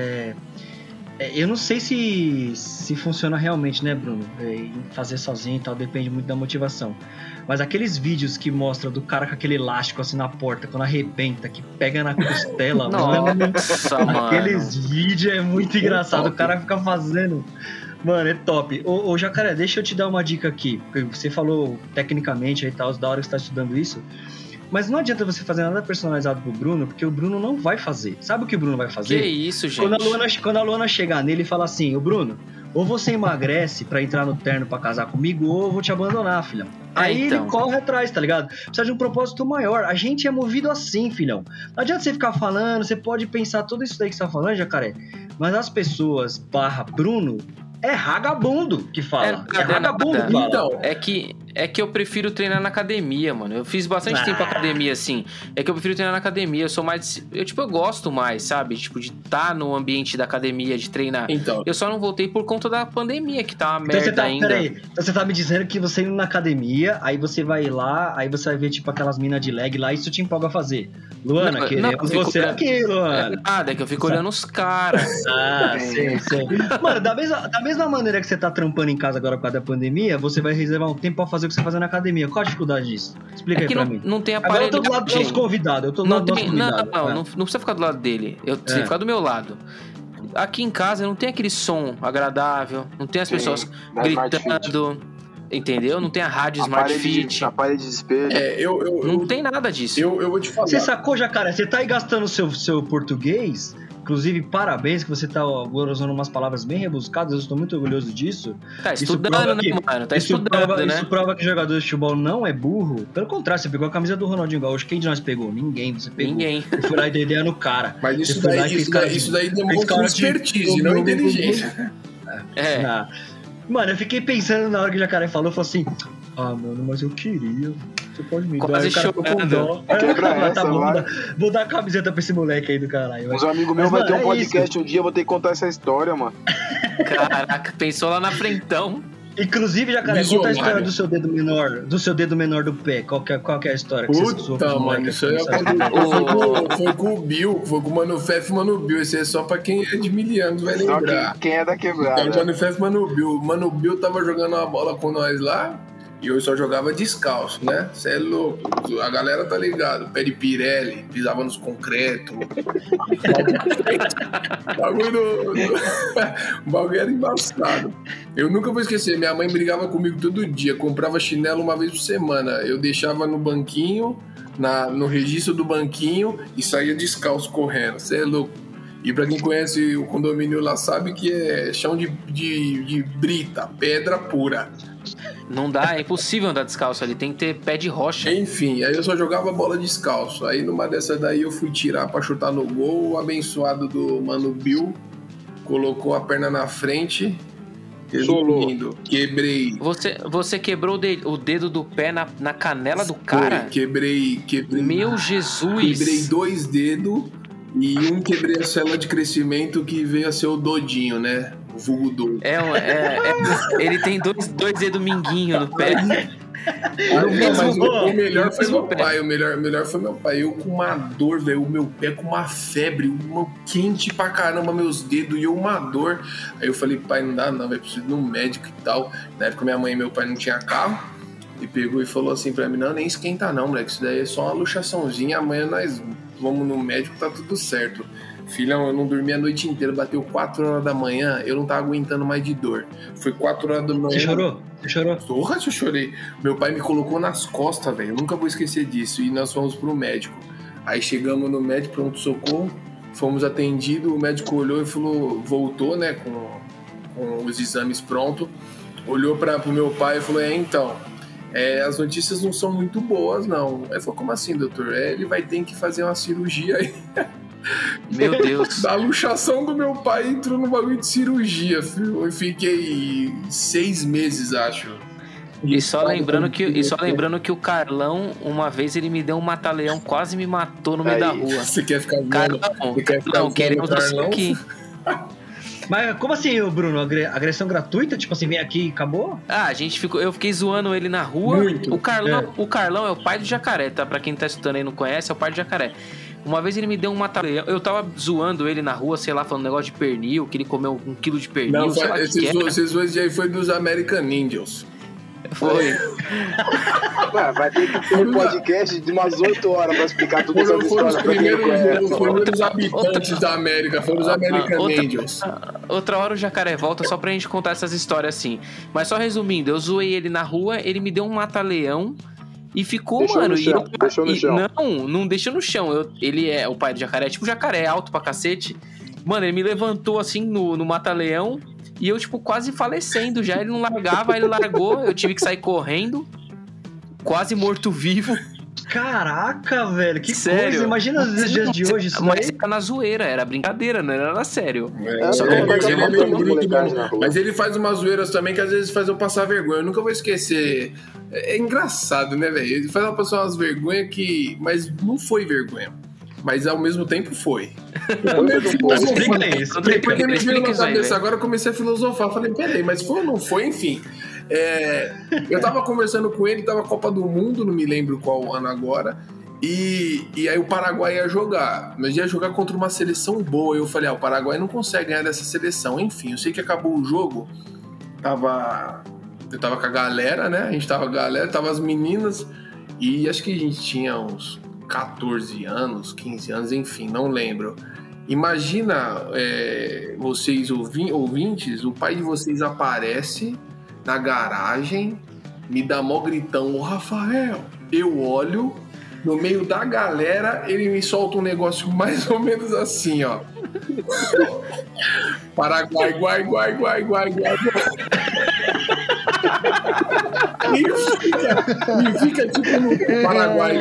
Eu não sei se funciona realmente, né, Bruno? Fazer sozinho e tal, depende muito da motivação. Mas aqueles vídeos que mostram do cara com aquele elástico assim na porta, quando arrebenta, que pega na costela, nossa, mano. Aqueles vídeos é muito engraçado. O cara fica fazendo... Mano, é top. Ô, Jacaré, deixa eu te dar uma dica aqui. Você falou tecnicamente aí e tal, da hora que você tá estudando isso. Mas não adianta você fazer nada personalizado pro Bruno, porque o Bruno não vai fazer. Sabe o que o Bruno vai fazer? Que isso, gente? Quando a Luana chegar nele e falar assim: ô Bruno, ou você emagrece pra entrar no terno pra casar comigo, ou eu vou te abandonar, filhão. Aí então ele corre atrás, tá ligado? Precisa de um propósito maior. A gente é movido assim, filhão. Não adianta você ficar falando, você pode pensar tudo isso daí que você tá falando, Jacaré, mas as pessoas Bruno é ragabundo que fala. É ragabundo que fala. Então, é que eu prefiro treinar na academia, mano. Eu fiz bastante tempo academia, assim. É que eu prefiro treinar na academia. Eu sou mais... Eu gosto mais, sabe? Tipo, de estar no ambiente da academia, de treinar. Então. Eu só não voltei por conta da pandemia, que tá uma merda ainda. Peraí, então você tá me dizendo que você indo na academia, aí você vai lá, aí você vai ver, tipo, aquelas minas de leg lá, e isso te empolga a fazer. Luana, queremos você aqui, Luana. Nada, é que eu fico olhando os caras. Sim. Mano, da mesma maneira que você tá trampando em casa agora por causa da pandemia, você vai reservar um tempo pra fazer o que você faz na academia. Qual a dificuldade disso? Explica aí pra mim. Não tem aparelho. Agora eu tô do lado dos convidados. Não precisa ficar do lado dele. Eu preciso ficar do meu lado. Aqui em casa não tem aquele som agradável, não tem as pessoas gritando, entendeu? Não tem a rádio Smart Fit. Aparelho de espelho. Não tem nada disso. Eu vou te falar. Você sacou, Jacaré? Você tá aí gastando o seu português? Inclusive, parabéns que você tá agora usando umas palavras bem rebuscadas, eu estou muito orgulhoso disso. Tá estudando, né, mano? Tá estudando, né? Isso prova que jogador de futebol não é burro. Pelo contrário, você pegou a camisa do Ronaldinho Gaúcho. Quem de nós pegou? Ninguém. Você pegou. Ninguém. Você foi lá e deu ideia no cara. Mas isso daí demonstra expertise, não inteligência. Mano, eu fiquei pensando na hora que o Jacaré falou, eu falei assim... mano, mas eu queria... Chupão de milho. Quase Aí o cara ficou com chorando. dó. Quebra essa, Tá bom, vai. vou dar a camiseta pra esse moleque aí do caralho. Os amigos meus Mas, vão ter um mano, é podcast um dia, eu vou ter que contar essa história, mano. Caraca, pensou lá na frentão. Inclusive, Jacaré, conta a Visionário. história do seu dedo menor do pé. Qual que é a história que você usou com os Puta, mano, moleques? isso aí foi com o Bill, foi com o Mano Fef e o Mano Bill. Esse é só pra quem é de milianos, vai Só lembrar. quem é da quebrada. Então, o Mano Fef e o Mano Bill. O Mano Bill tava jogando uma bola com nós lá e eu só jogava descalço, né? Cê é louco. A galera tá ligado. Pé de Pirelli, pisava nos concretos. O bagulho era embaçado. Eu nunca vou esquecer, minha mãe brigava comigo todo dia, comprava chinelo uma vez por semana. Eu deixava no banquinho, no registro do banquinho e saía descalço correndo. Você é louco. E pra quem conhece o condomínio lá sabe que é chão de brita, pedra pura. Não dá, é impossível andar descalço ali, tem que ter pé de rocha. Enfim, aí eu só jogava bola descalço. Aí numa dessa daí eu fui tirar pra chutar no gol. O abençoado do Mano Bill colocou a perna na frente. Resumindo, quebrei. Você quebrou o dedo do pé na canela do cara? Quebrei. Meu Jesus! Quebrei 2 dedos e quebrei a célula de crescimento que veio a ser o Dodinho, né? O vulgo doido. Ele tem dois dedos minguinho no pé. Mas o melhor foi meu pé. pai. O melhor foi meu pai. Eu com uma dor, velho. O meu pé com uma febre, quente pra caramba, meus dedos, e eu uma dor. Aí eu falei, pai, não dá não, velho. Preciso de um médico e tal. Na época minha mãe e meu pai não tinham carro. E pegou e falou assim pra mim, não, nem esquenta não, moleque. Isso daí é só uma luxaçãozinha. Amanhã nós vamos no médico, tá tudo certo. Filhão, eu não dormi a noite inteira, bateu 4 horas da manhã, eu não tava aguentando mais de dor. Foi 4 horas da manhã. Você chorou? Porra, eu chorei. Meu pai me colocou nas costas, velho. Eu nunca vou esquecer disso. E nós fomos pro médico. Aí chegamos no médico, pronto-socorro, fomos atendidos, o médico olhou e falou, voltou, né, com os exames prontos, olhou pro meu pai e falou, então, as notícias não são muito boas, não. Aí falou, como assim, doutor? Ele vai ter que fazer uma cirurgia aí. Meu Deus. Da luxação do meu pai entrou no bagulho de cirurgia, filho. Eu fiquei 6 meses, acho. E só lembrando que o Carlão, uma vez ele me deu um mata-leão, quase me matou no meio da rua. Você quer ficar Carlão, queremos você aqui. Mas como assim, Bruno? Agressão gratuita? Tipo assim, vem aqui e acabou? Ah, eu fiquei zoando ele na rua. Muito. O Carlão é o pai do jacaré, tá? Pra quem tá escutando aí e não conhece, é o pai do jacaré. Uma vez ele me deu um mata-leão. Eu tava zoando ele na rua, sei lá, falando um negócio de pernil, que ele comeu 1 quilo de pernil, não, sei lá o que era. Esses dois aí foi dos American Ninjas. Foi. Vai ter que ter um podcast de umas 8 horas pra explicar tudo essa história. Foram os primeiros habitantes da América, foram os American Ninjas. Outra hora o jacaré volta só pra gente contar essas histórias assim. Mas só resumindo, eu zoei ele na rua, ele me deu um mata-leão e ficou, deixou mano. Deixou no chão. Não deixou no chão. Ele é o pai do jacaré, tipo jacaré, alto pra cacete. Mano, ele me levantou assim no mata-leão. E eu, tipo, quase falecendo já. Ele não largava, aí ele largou. Eu tive que sair correndo. Quase morto-vivo. Caraca, velho. Que sério? coisa. Imagina os dias de hoje isso Mas daí. era na zoeira, era brincadeira, não era sério. Mas ele faz umas zoeiras também que às vezes faz eu passar vergonha. Eu nunca vou esquecer. É engraçado, né, velho? Ele faz eu passar umas vergonhas que... Mas não foi vergonha. Mas ao mesmo tempo foi. Explica isso. Depois que me veio na cabeça, agora eu comecei a filosofar. Falei, peraí, mas foi ou não foi? Enfim. Eu tava conversando com ele, tava Copa do Mundo, não me lembro qual ano agora. E aí o Paraguai ia jogar. Mas ia jogar contra uma seleção boa. Eu falei, o Paraguai não consegue ganhar dessa seleção. Enfim, eu sei que acabou o jogo. Eu tava com a galera, né? A gente tava com a galera, tava as meninas. E acho que a gente tinha uns 14 anos, 15 anos, enfim, não lembro. Imagina vocês ouvintes, o pai de vocês aparece na garagem, me dá mó gritão, ô Rafael, eu olho, no meio da galera, ele me solta um negócio mais ou menos assim, ó. Paraguai, guai. E fica tipo no Paraguai,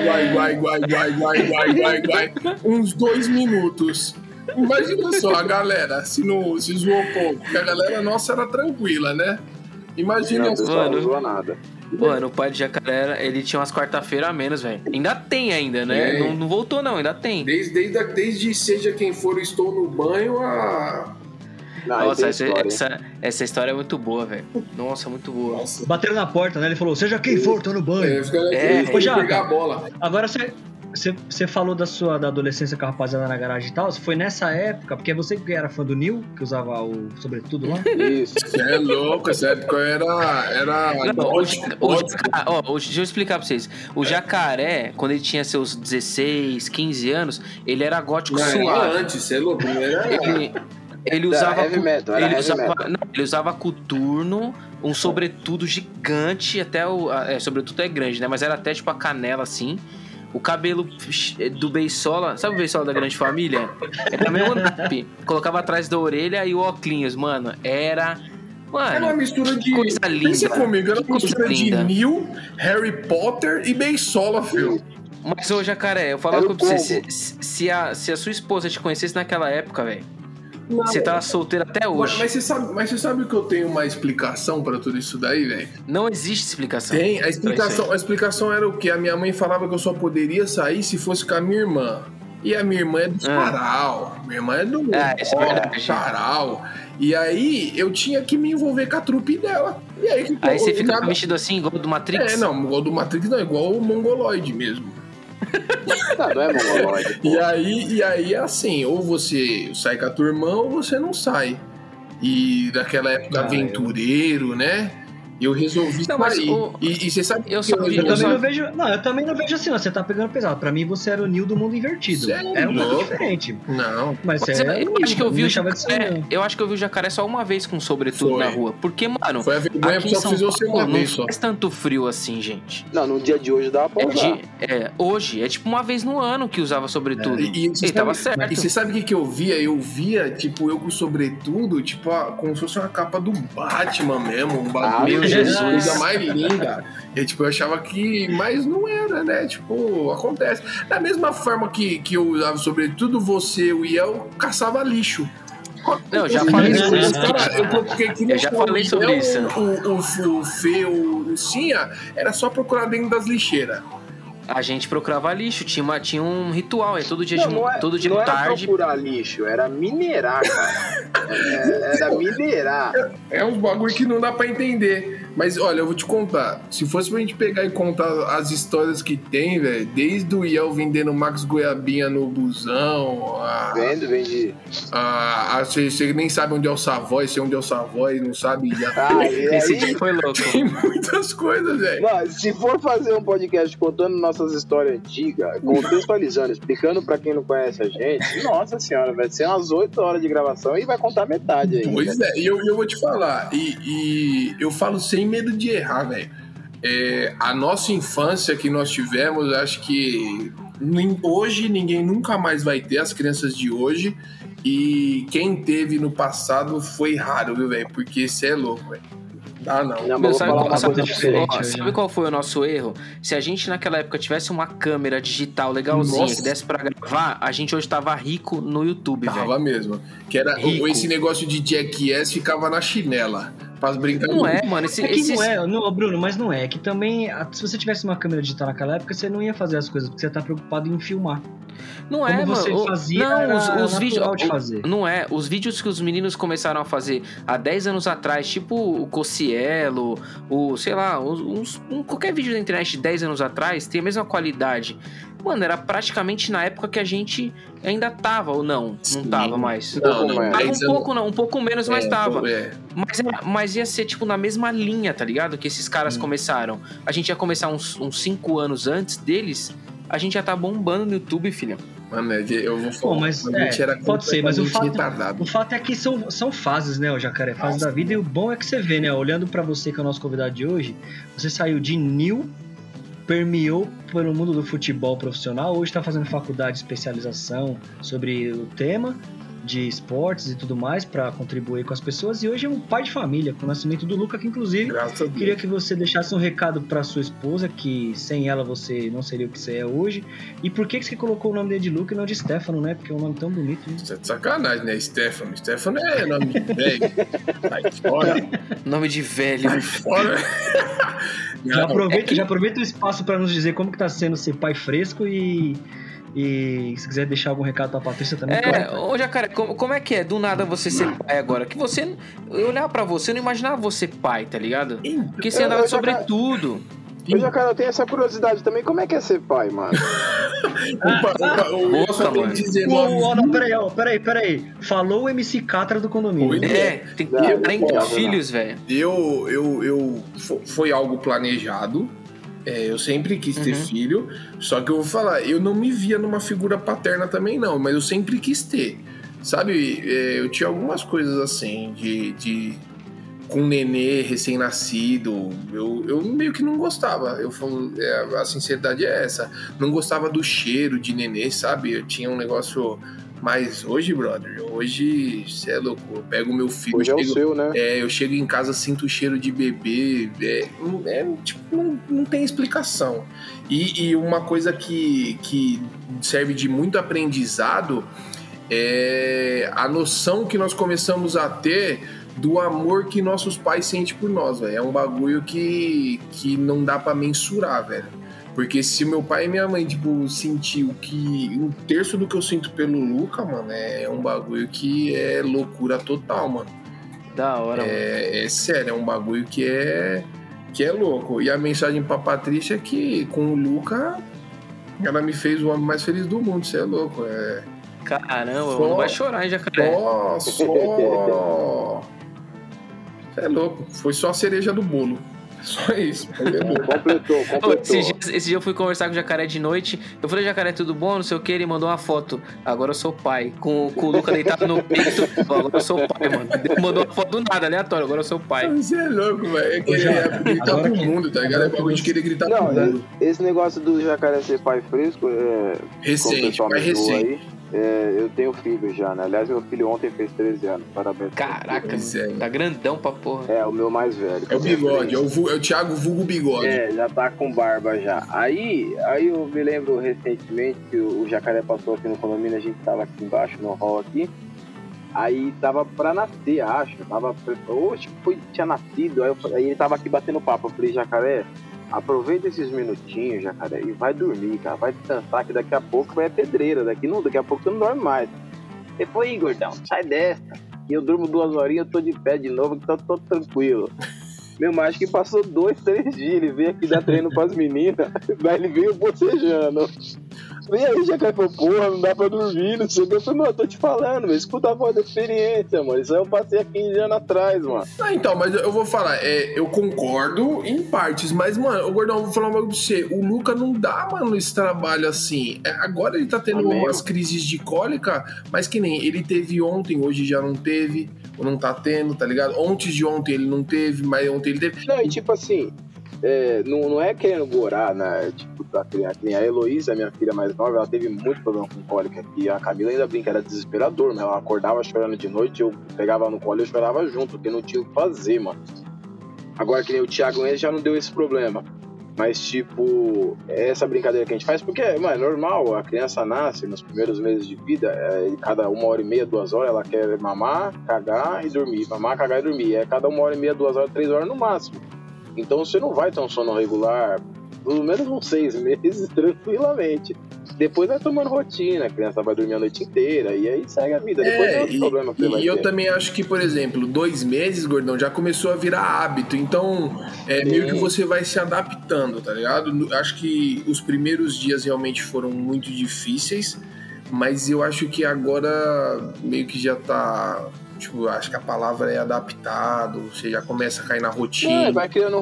guai, uns 2 minutos. Imagina só, a galera se zoou pouco, porque a galera nossa era tranquila, né? Imagina só. Não zoa nada. Mano, o pai de jacaré, ele tinha umas quarta-feira a menos, velho. Ainda tem ainda, né? Não voltou não, ainda tem. Desde seja quem for, estou no banho, a... Nossa, essa história é muito boa, velho. Nossa, muito boa. Nossa. Bateram na porta, né? Ele falou, seja quem for, tô no banho. Pegar a bola. Agora você falou da adolescência com a rapaziada na garagem e tal. Foi nessa época, porque você que era fã do Nil, que usava o sobretudo lá? Isso. Você é louco, essa época era... Deixa eu explicar pra vocês. O jacaré, quando ele tinha seus 16, 15 anos, ele era gótico suave. Antes, você é louco, Ele usava ele usava coturno, um sobretudo gigante, até sobretudo é grande, né? Mas era até tipo a canela assim. O cabelo do Beisola, sabe o Beisola da Grande Família? Era meio nap. Colocava atrás da orelha e o óculos, mano. Era uma mistura de coisa linda. Pensa comigo, era uma mistura de Neil, Harry Potter e Beisola, filho. Mas ô jacaré, eu falava com você, se a sua esposa te conhecesse naquela época, velho. Você tava solteiro até hoje. Mas você sabe que eu tenho uma explicação pra tudo isso daí, velho? Não existe explicação. Tem. A explicação era o quê? A minha mãe falava que eu só poderia sair se fosse com a minha irmã. E a minha irmã é do Sarau. Minha irmã é do Sarau. E aí eu tinha que me envolver com a trupe dela. E aí você ficava vestido assim, igual do Matrix? Igual do Matrix não, igual o Mongoloid mesmo. Não é mongoloide. E aí, assim, ou você sai com a tua irmã ou você não sai. E daquela época aventureiro, né? Eu resolvi sair. E você sabe que eu também não vejo assim, ó, você tá pegando pesado. Pra mim, você era o Nil do mundo invertido. Sério? Era um pouco diferente. Não. Mas eu acho que eu vi o jacaré só uma vez com sobretudo na rua. Porque, mano, foi a vergonha que só fiz você uma vez só. Não faz tanto frio assim, gente. Não, no dia de hoje dá pra usar. Hoje, é tipo uma vez no ano que usava sobretudo. E tava certo. E você sabe o que eu via? Eu via, tipo, eu com sobretudo, tipo, como se fosse uma capa do Batman mesmo. Um bagulho. Jesus. Coisa mais linda. E, tipo, eu achava que... Mas não era, né? Tipo, acontece. Da mesma forma que eu usava sobretudo, você, o Iel, caçava lixo. Não, já falei sobre isso. Eu já falei sobre isso. O Fê, o Cinha, era só procurar dentro das lixeiras. A gente procurava lixo, tinha um ritual, todo dia todo dia não tarde. Não era procurar lixo, era minerar, cara. Era minerar. É uns bagulho que não dá pra entender. Mas olha, eu vou te contar. Se fosse pra gente pegar e contar as histórias que tem, velho, desde o Iel vendendo Max Goiabinha no busão. Vendi. Você nem sabe onde é o Savoy, se é onde é o Savoy, não sabe. Esse dia foi louco. Tem muitas coisas, velho. Se for fazer um podcast contando nossas histórias antigas, contextualizando, explicando pra quem não conhece a gente, nossa senhora, vai ser umas 8 horas de gravação e vai contar metade aí. Pois é, e eu vou te falar, e eu falo sem medo de errar, velho. A nossa infância que nós tivemos, acho que hoje ninguém nunca mais vai ter, as crianças de hoje, e quem teve no passado foi raro, viu, velho? Porque você é louco, velho. Não. Sabe qual foi o nosso erro? Se a gente naquela época tivesse uma câmera digital legalzinha que desse pra gravar, a gente hoje tava rico no YouTube, velho. Tava mesmo. Que era esse negócio de Jackass ficava na chinela. Faz brincadeira. Não é, mano. Bruno, mas não é. Que também, se você tivesse uma câmera digital naquela época, você não ia fazer as coisas, porque você tá preocupado em filmar. Não é, como mano. Você fazia, os vídeos de fazer. Não é. Os vídeos que os meninos começaram a fazer há 10 anos atrás, tipo o Cossielo, sei lá, qualquer vídeo da internet de 10 anos atrás tem a mesma qualidade. Mano, era praticamente na época que a gente ainda tava, ou não? Sim. Não tava mais. Não. Um pouco menos, mas tava. Mas ia ser, tipo, na mesma linha, tá ligado? Que esses caras começaram. A gente ia começar uns 5 anos antes deles, a gente já tá bombando no YouTube, filha. Mano, eu vou falar. Mas pode ser, mas o fato é que são fases, né, o Jacaré? Fases da vida. E o bom é que você vê, né? Olhando pra você, que é o nosso convidado de hoje, você saiu de Nil, permeou pelo mundo do futebol profissional, hoje está fazendo faculdade de especialização sobre o tema de esportes e tudo mais para contribuir com as pessoas, e hoje é um pai de família, com o nascimento do Luca, que inclusive queria que você deixasse um recado para sua esposa, que sem ela você não seria o que você é hoje. E por que você colocou o nome dele de Luca e não de Stefano, né? Porque é um nome tão bonito, né? Isso é de sacanagem, né? Stefano é nome de velho. Sai fora. Nome de velho. Sai fora. Já aproveita o espaço para nos dizer como que tá sendo ser pai fresco e se quiser deixar algum recado pra Patrícia também. Ô Jacaré, como é que é do nada você ser pai agora? Que você, eu olhava pra você, eu não imaginava você pai, tá ligado? Porque você andava sobre tudo. Eu, Jacaré, eu tenho essa curiosidade também, como é que é ser pai, mano? Peraí. Falou o MC Catra do condomínio. Tem 30 filhos, velho. Foi algo planejado. Eu sempre quis ter filho, só que eu vou falar, eu não me via numa figura paterna também não, mas eu sempre quis ter, sabe? Eu tinha algumas coisas assim, com um nenê recém-nascido, eu meio que não gostava, a sinceridade é essa, não gostava do cheiro de nenê, sabe? Eu tinha um negócio... Mas hoje, brother, você é louco, eu pego o meu filho... Hoje é o seu, né? Eu chego em casa, sinto o cheiro de bebê, tipo, não tem explicação. E uma coisa que serve de muito aprendizado é a noção que nós começamos a ter do amor que nossos pais sentem por nós, velho. É um bagulho que não dá pra mensurar, velho. Porque se meu pai e minha mãe, tipo, sentiu que 1/3 do que eu sinto pelo Luca, mano, é um bagulho que é loucura total, mano. Da hora, mano. É sério, é um bagulho que é louco. E a mensagem pra Patrícia é que com o Luca, ela me fez o homem mais feliz do mundo, você é louco. Caramba, não vai chorar, hein, Jacaré? Você é louco, foi só a cereja do bolo. Só isso. Completou. Esse dia eu fui conversar com o Jacaré de noite. Eu falei, Jacaré, tudo bom? Não sei o que. Ele mandou uma foto. Agora eu sou pai. Com o Luca deitado no peito. Agora eu sou pai, mano. Ele mandou uma foto do nada, aleatório. Agora eu sou pai. Você é louco, velho. É querer gritar pro mundo, tá ligado? É bagulho de querer gritar pro mundo. Esse negócio do Jacaré ser pai fresco recente, mais recente. Eu tenho filho já, né? Aliás, meu filho ontem fez 13 anos. Parabéns. Caraca, tá grandão pra porra. O meu mais velho. É o Bigode, é o Thiago vulgo Bigode. Já tá com barba já. Aí eu me lembro recentemente que o Jacaré passou aqui no condomínio, a gente tava aqui embaixo, no hall aqui. Aí tava pra nascer, acho. Tinha nascido. Aí ele tava aqui batendo papo. Eu falei, Jacaré, aproveita esses minutinhos, Jacaré, e vai dormir, cara. Vai descansar, que daqui a pouco vai a pedreira. Daqui a pouco você não dorme mais. Depois, gordão, sai dessa. E eu durmo 2 horinhas, eu tô de pé de novo, que tô tranquilo. Meu, mas acho que passou 2-3 dias. Ele veio aqui dar treino pras meninas. Daí ele veio bocejando. E aí, Jacaré falou, porra, não dá pra dormir, não sei o que. Eu falei, mano, eu tô te falando, mas escuta a voz da experiência, mano. Isso aí eu passei há 15 anos atrás, mano. Então, mas eu vou falar, eu concordo em partes, mas, mano, Gordão, eu vou falar um bagulho pra você. O Luca não dá, mano, esse trabalho assim. Agora ele tá tendo umas crises de cólica, mas que nem ele teve ontem, hoje já não teve, ou não tá tendo, tá ligado? Antes de ontem ele não teve, mas ontem ele teve. Não, e tipo assim, não é querendo gorar, né? Tipo, a Heloísa, minha filha mais nova, ela teve muito problema com cólica. E a Camila ainda brinca, era desesperador, né? Ela acordava chorando de noite, eu pegava no colo e eu chorava junto, porque não tinha o que fazer, mano. Agora, que nem o Thiago, ele já não deu esse problema. Mas, tipo, é essa brincadeira que a gente faz, porque, mano, é normal, a criança nasce nos primeiros meses de vida, e cada 1h30, 2 horas, ela quer mamar, cagar e dormir. Mamar, cagar e dormir. É cada 1h30, 2 horas, 3 horas no máximo. Então você não vai ter um sono regular, pelo menos uns 6 meses, tranquilamente. Depois vai tomando rotina, a criança vai dormir a noite inteira, e aí segue a vida. Depois é outro problema que você vai ter. E eu também acho que, por exemplo, 2 meses, Gordão, já começou a virar hábito. Então, meio que você vai se adaptando, tá ligado? Acho que os primeiros dias realmente foram muito difíceis, mas eu acho que agora meio que já tá... Tipo, acho que a palavra é adaptado, você já começa a cair na rotina. Vai criando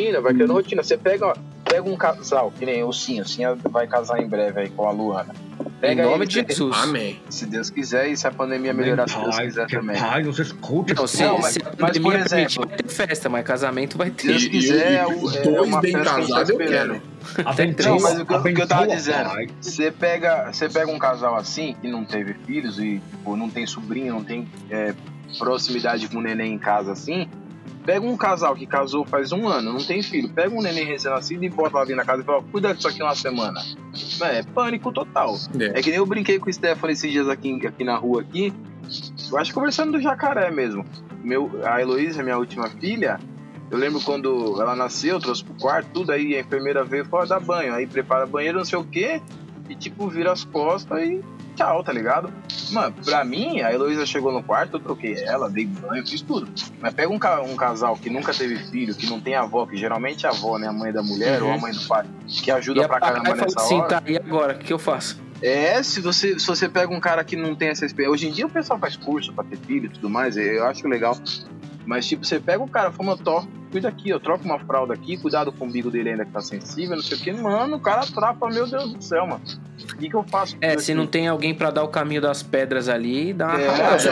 rotina. Você pega um casal, que nem o Cinha vai casar em breve aí com a Luana. Em nome de Jesus. Amém. Se Deus quiser, e se a pandemia melhorar, se Deus quiser também. Pai, não se escute. Não, se a mas, pandemia por permitir, exemplo, vai ter festa, mas casamento vai se ter. Deus quiser, dois uma bem festa que a gente tá casados eu esperando. quero. Não, mas o que eu tava Abençoa, dizendo, pai. você pega um casal assim, que não teve filhos e tipo, não tem sobrinho, não tem proximidade com o neném em casa assim, pega um casal que casou faz 1 ano, não tem filho, pega um neném recém-nascido e bota lá dentro da casa e fala, cuida disso aqui 1 semana. É pânico total. É que nem eu brinquei com o Stefano esses dias aqui na rua aqui, eu acho que conversando do jacaré mesmo. A Heloísa, minha última filha, eu lembro quando ela nasceu, eu trouxe pro quarto, tudo, aí a enfermeira veio e falou, dá banho, aí prepara banheiro, não sei o quê, e tipo, vira as costas e tchau, tá ligado? Mano, pra mim, a Heloísa chegou no quarto, eu troquei ela, dei banho, fiz tudo. Mas pega um casal que nunca teve filho, que não tem avó, que geralmente é a avó, né, a mãe da mulher ou a mãe do pai, que ajuda pra caramba nessa assim, hora. tá, e agora, o que eu faço? Se você pega um cara que não tem essa experiência... Hoje em dia o pessoal faz curso pra ter filho e tudo mais, eu acho legal. Mas, tipo, você pega o cara, fala, cuida aqui, eu troco uma fralda aqui, cuidado com o umbigo dele ainda que tá sensível, não sei o que. Mano, o cara atrapa, meu Deus do céu, mano. O que eu faço? Se não tem alguém pra dar o caminho das pedras ali, dá uma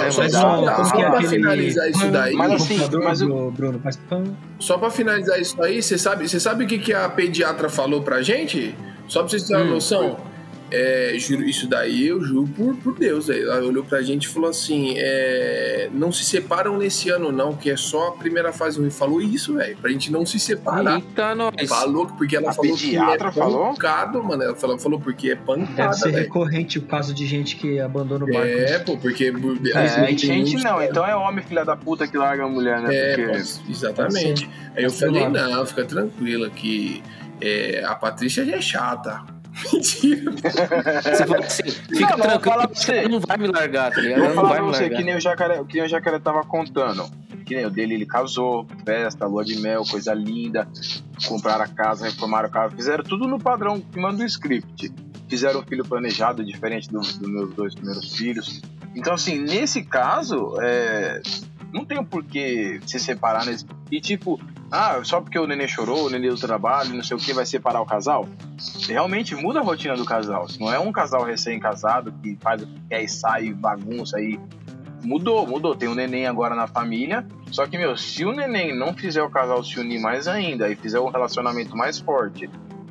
Só pra finalizar isso daí... Mas assim, Bruno, faz pão. Só pra finalizar isso aí, você sabe o que a pediatra falou pra gente? Só pra vocês terem uma noção... isso daí eu juro por Deus, ela olhou pra gente e falou assim, não se separam nesse ano não, que é só a primeira fase ruim. Falou isso, velho, pra gente não se separar. Eita, nós. Falou, porque ela falou que é pancado, mano, ela falou porque é pancada. Deve ser recorrente o caso de gente que abandona o barco. Porque... gente não, então é homem filha da puta que larga a mulher, né? Exatamente. Aí eu falei, não, fica tranquila que a Patrícia já é chata. Mentira. Você fala assim, fica tranquilo que você não vai me largar, tá ligado? Vou falar vai pra me você, largar. que nem o jacaré tava contando. Que nem o dele, ele casou, festa, lua de mel, coisa linda. Compraram a casa, reformaram o carro, fizeram tudo no padrão que manda o script. Fizeram um filho planejado, diferente dos meus 2 primeiros filhos. Então, assim, nesse caso, não tem por que se separar nesse... E tipo, só porque o neném chorou, o neném do trabalho, não sei o que, vai separar o casal? Realmente muda a rotina do casal. Não é um casal recém-casado que faz o que quer e sai, bagunça aí. Mudou. Tem um neném agora na família. Só que, se o neném não fizer o casal se unir mais ainda e fizer um relacionamento mais forte,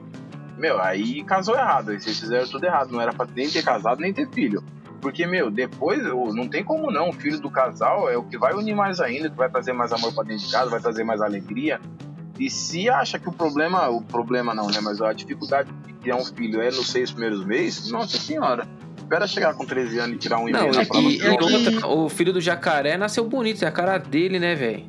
aí casou errado. Aí vocês fizeram tudo errado. Não era pra nem ter casado, nem ter filho. Porque, depois não tem como não. O filho do casal é o que vai unir mais ainda, que vai trazer mais amor pra dentro de casa, vai trazer mais alegria. E se acha que o problema não, né? Mas a dificuldade de criar um filho é nos 6 primeiros meses, nossa senhora. Espera chegar com 13 anos e tirar um e-mail na prova. O filho do jacaré nasceu bonito, é a cara dele, né, velho?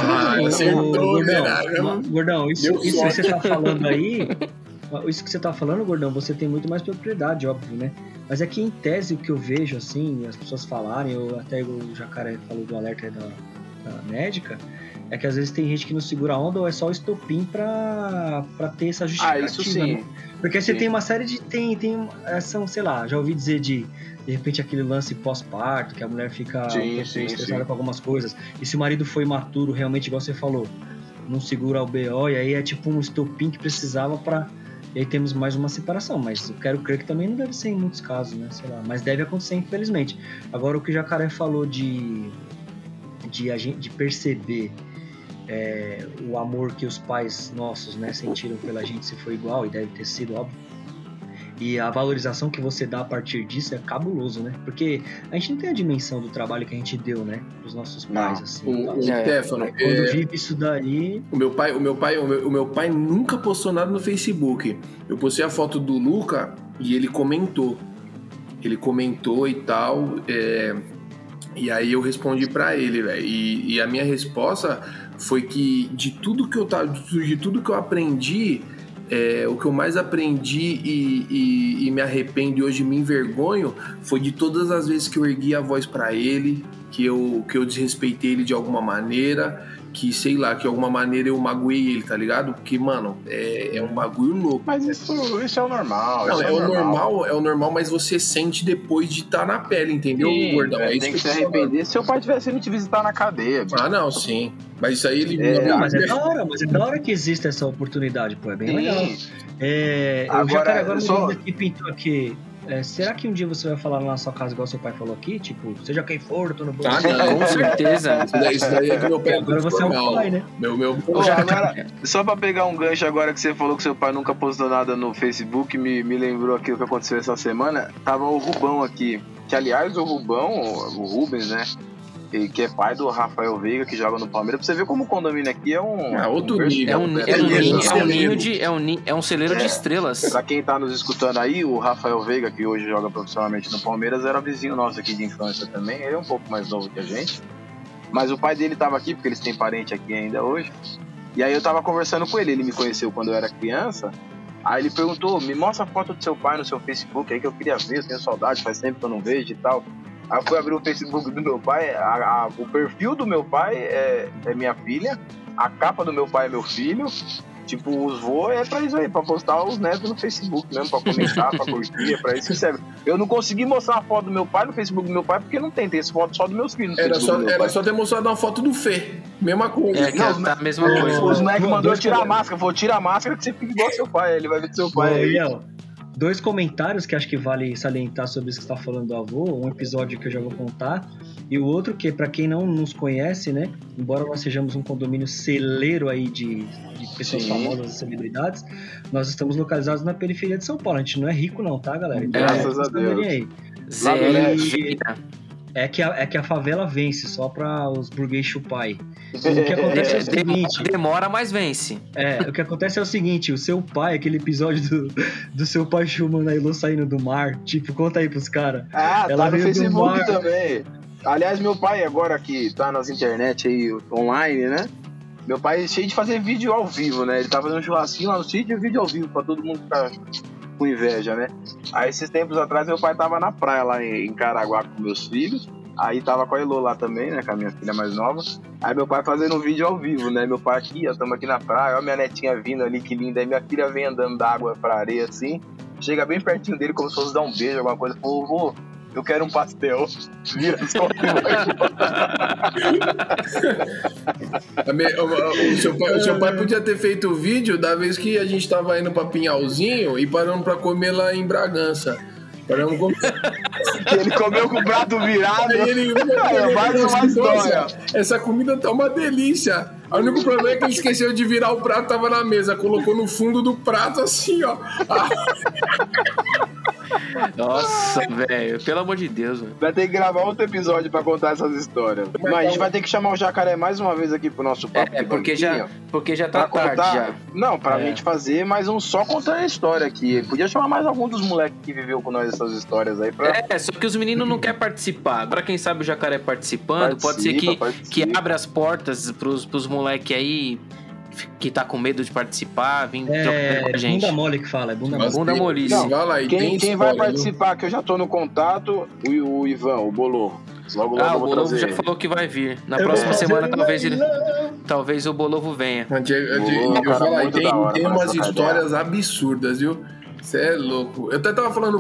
Gordão, isso que você tá falando aí... Isso que você tá falando, Gordão, você tem muito mais propriedade, óbvio, né? Mas é que, em tese, o que eu vejo, assim, as pessoas falarem, até o Jacaré falou do alerta da médica, é que às vezes tem gente que não segura a onda ou é só o estopim pra ter essa justificativa. Isso sim. Né? Porque você tem uma série de... São, sei lá, já ouvi dizer de repente aquele lance pós-parto, que a mulher fica estressada com algumas coisas. E se o marido foi imaturo, realmente, igual você falou, não segura o BO, e aí é tipo um estopim que precisava pra... E aí temos mais uma separação, mas eu quero crer que também não deve ser em muitos casos, né? Sei lá, mas deve acontecer, infelizmente. Agora, o que o Jacaré falou de perceber o amor que os pais nossos, né, sentiram pela gente, se foi igual, e deve ter sido, óbvio. E a valorização que você dá a partir disso é cabuloso, né? Porque a gente não tem a dimensão do trabalho que a gente deu, né? Pros nossos pais, assim. Stefano, quando vive isso daí... O meu pai nunca postou nada no Facebook. Eu postei a foto do Luca e ele comentou. Ele comentou e tal. E aí eu respondi pra ele, velho. E a minha resposta foi que de tudo que eu aprendi... o que eu mais aprendi e me arrependo e hoje me envergonho foi de todas as vezes que eu ergui a voz pra ele, que eu desrespeitei ele de alguma maneira, que sei lá, que de alguma maneira eu magoei ele, tá ligado? Porque, mano, é um bagulho louco. Mas isso é o normal. Não, é o normal, mas você sente depois de estar na pele, entendeu, Gordão? Tem que se arrepender se seu pai tivesse indo te visitar na cadeia. Ah, não, sim. Mas isso aí ele... Mas é da hora que existe essa oportunidade, pô, é bem legal. Agora o Jacaré pintou aqui será que um dia você vai falar na sua casa igual seu pai falou aqui? Tipo, seja quem for, eu tô no Ah, não. Com certeza. Isso daí é que meu pai é Agora você é o pai, né? Meu... Ô, agora, só pra pegar um gancho agora que você falou que seu pai nunca postou nada no Facebook, me lembrou aquilo que aconteceu essa semana. Tava o Rubão aqui, que aliás o Rubão, o Rubens, né? Que é pai do Rafael Veiga, que joga no Palmeiras. Pra você ver como o condomínio aqui é outro nível. É um celeiro de estrelas. Pra quem tá nos escutando aí, o Rafael Veiga, que hoje joga profissionalmente no Palmeiras, era vizinho nosso aqui de infância também. Ele é um pouco mais novo que a gente. Mas o pai dele tava aqui, porque eles têm parente aqui ainda hoje. E aí eu tava conversando com ele. Ele me conheceu quando eu era criança. Aí ele perguntou, me mostra a foto do seu pai no seu Facebook aí que eu queria ver, eu tenho saudade, faz tempo que eu não vejo e tal. Aí eu fui abrir o Facebook do meu pai, o perfil do meu pai é minha filha, a capa do meu pai é meu filho, tipo, os vô é pra isso aí, pra postar os netos no Facebook mesmo, pra comentar, pra curtir, é pra isso que serve. Eu não consegui mostrar uma foto do meu pai no Facebook do meu pai, porque não tem essa foto só dos meus filhos. Era só ter mostrado uma foto do Fê, mesma coisa. Tá a mesma coisa. Os moleques mandou eu tirar a máscara, falou, tira a máscara que você fica igual ao seu pai, ele vai ver do seu pai aí. Dois comentários que acho que vale salientar sobre isso que você está falando do avô, um episódio que eu já vou contar, e o outro que, para quem não nos conhece, né, embora nós sejamos um condomínio celeiro aí de pessoas famosas e celebridades, nós estamos localizados na periferia de São Paulo. A gente não é rico não, tá, galera? Então, graças a Deus. Aí. É que a favela vence, só para os burguês chupai. O que acontece é o seguinte... Demora, mas vence. O que acontece é o seguinte, o seu pai, aquele episódio do seu pai filmando a Elô saindo do mar, tipo, conta aí pros caras. Ela tá no Facebook também. Aliás, meu pai agora que tá nas internet aí, online, né? Meu pai é cheio de fazer vídeo ao vivo, né? Ele tá fazendo um churrasquinho lá no sítio e vídeo ao vivo pra todo mundo ficar com inveja, né? Aí esses tempos atrás meu pai tava na praia lá em Caraguá com meus filhos. Aí tava com a Elô lá também, né? Com a minha filha mais nova. Aí meu pai fazendo um vídeo ao vivo, né? Meu pai aqui, ó, tamo aqui na praia. Ó, minha netinha vindo ali, que linda. Aí minha filha vem andando da água pra areia assim. Chega bem pertinho dele, como se fosse dar um beijo, alguma coisa. Falou, vô, eu quero um pastel. Vira só o seu pai podia ter feito o vídeo da vez que a gente tava indo pra Pinhalzinho e paramos pra comer lá em Bragança. Paramos com... que ele comeu com o prato virado. Aí ele mais uma história. Essa comida tá uma delícia. O único problema é que ele esqueceu de virar o prato, tava na mesa. Colocou no fundo do prato assim, ó. Nossa, velho, pelo amor de Deus, velho. Vai ter que gravar outro episódio pra contar essas histórias. Mas a gente vai ter que chamar o Jacaré mais uma vez aqui pro nosso papo. Porque já tá tarde já. Não, pra gente fazer mais um só contando a história aqui. Podia chamar mais algum dos moleques que viveu com nós essas histórias aí pra... Só que os meninos não querem participar. Agora quem sabe o Jacaré participando, pode ser que abra as portas pros moleques aí que tá com medo de participar, vim trocar com a gente. Bunda mole que fala, é bunda molice. Quem vai participar, que eu já tô no contato, o Ivan, o Bolovo. Logo o Bolovo já falou que vai vir. Na próxima semana talvez o Bolovo venha. Eu falo aí, tem umas histórias absurdas, viu? Você é louco. Eu até tava falando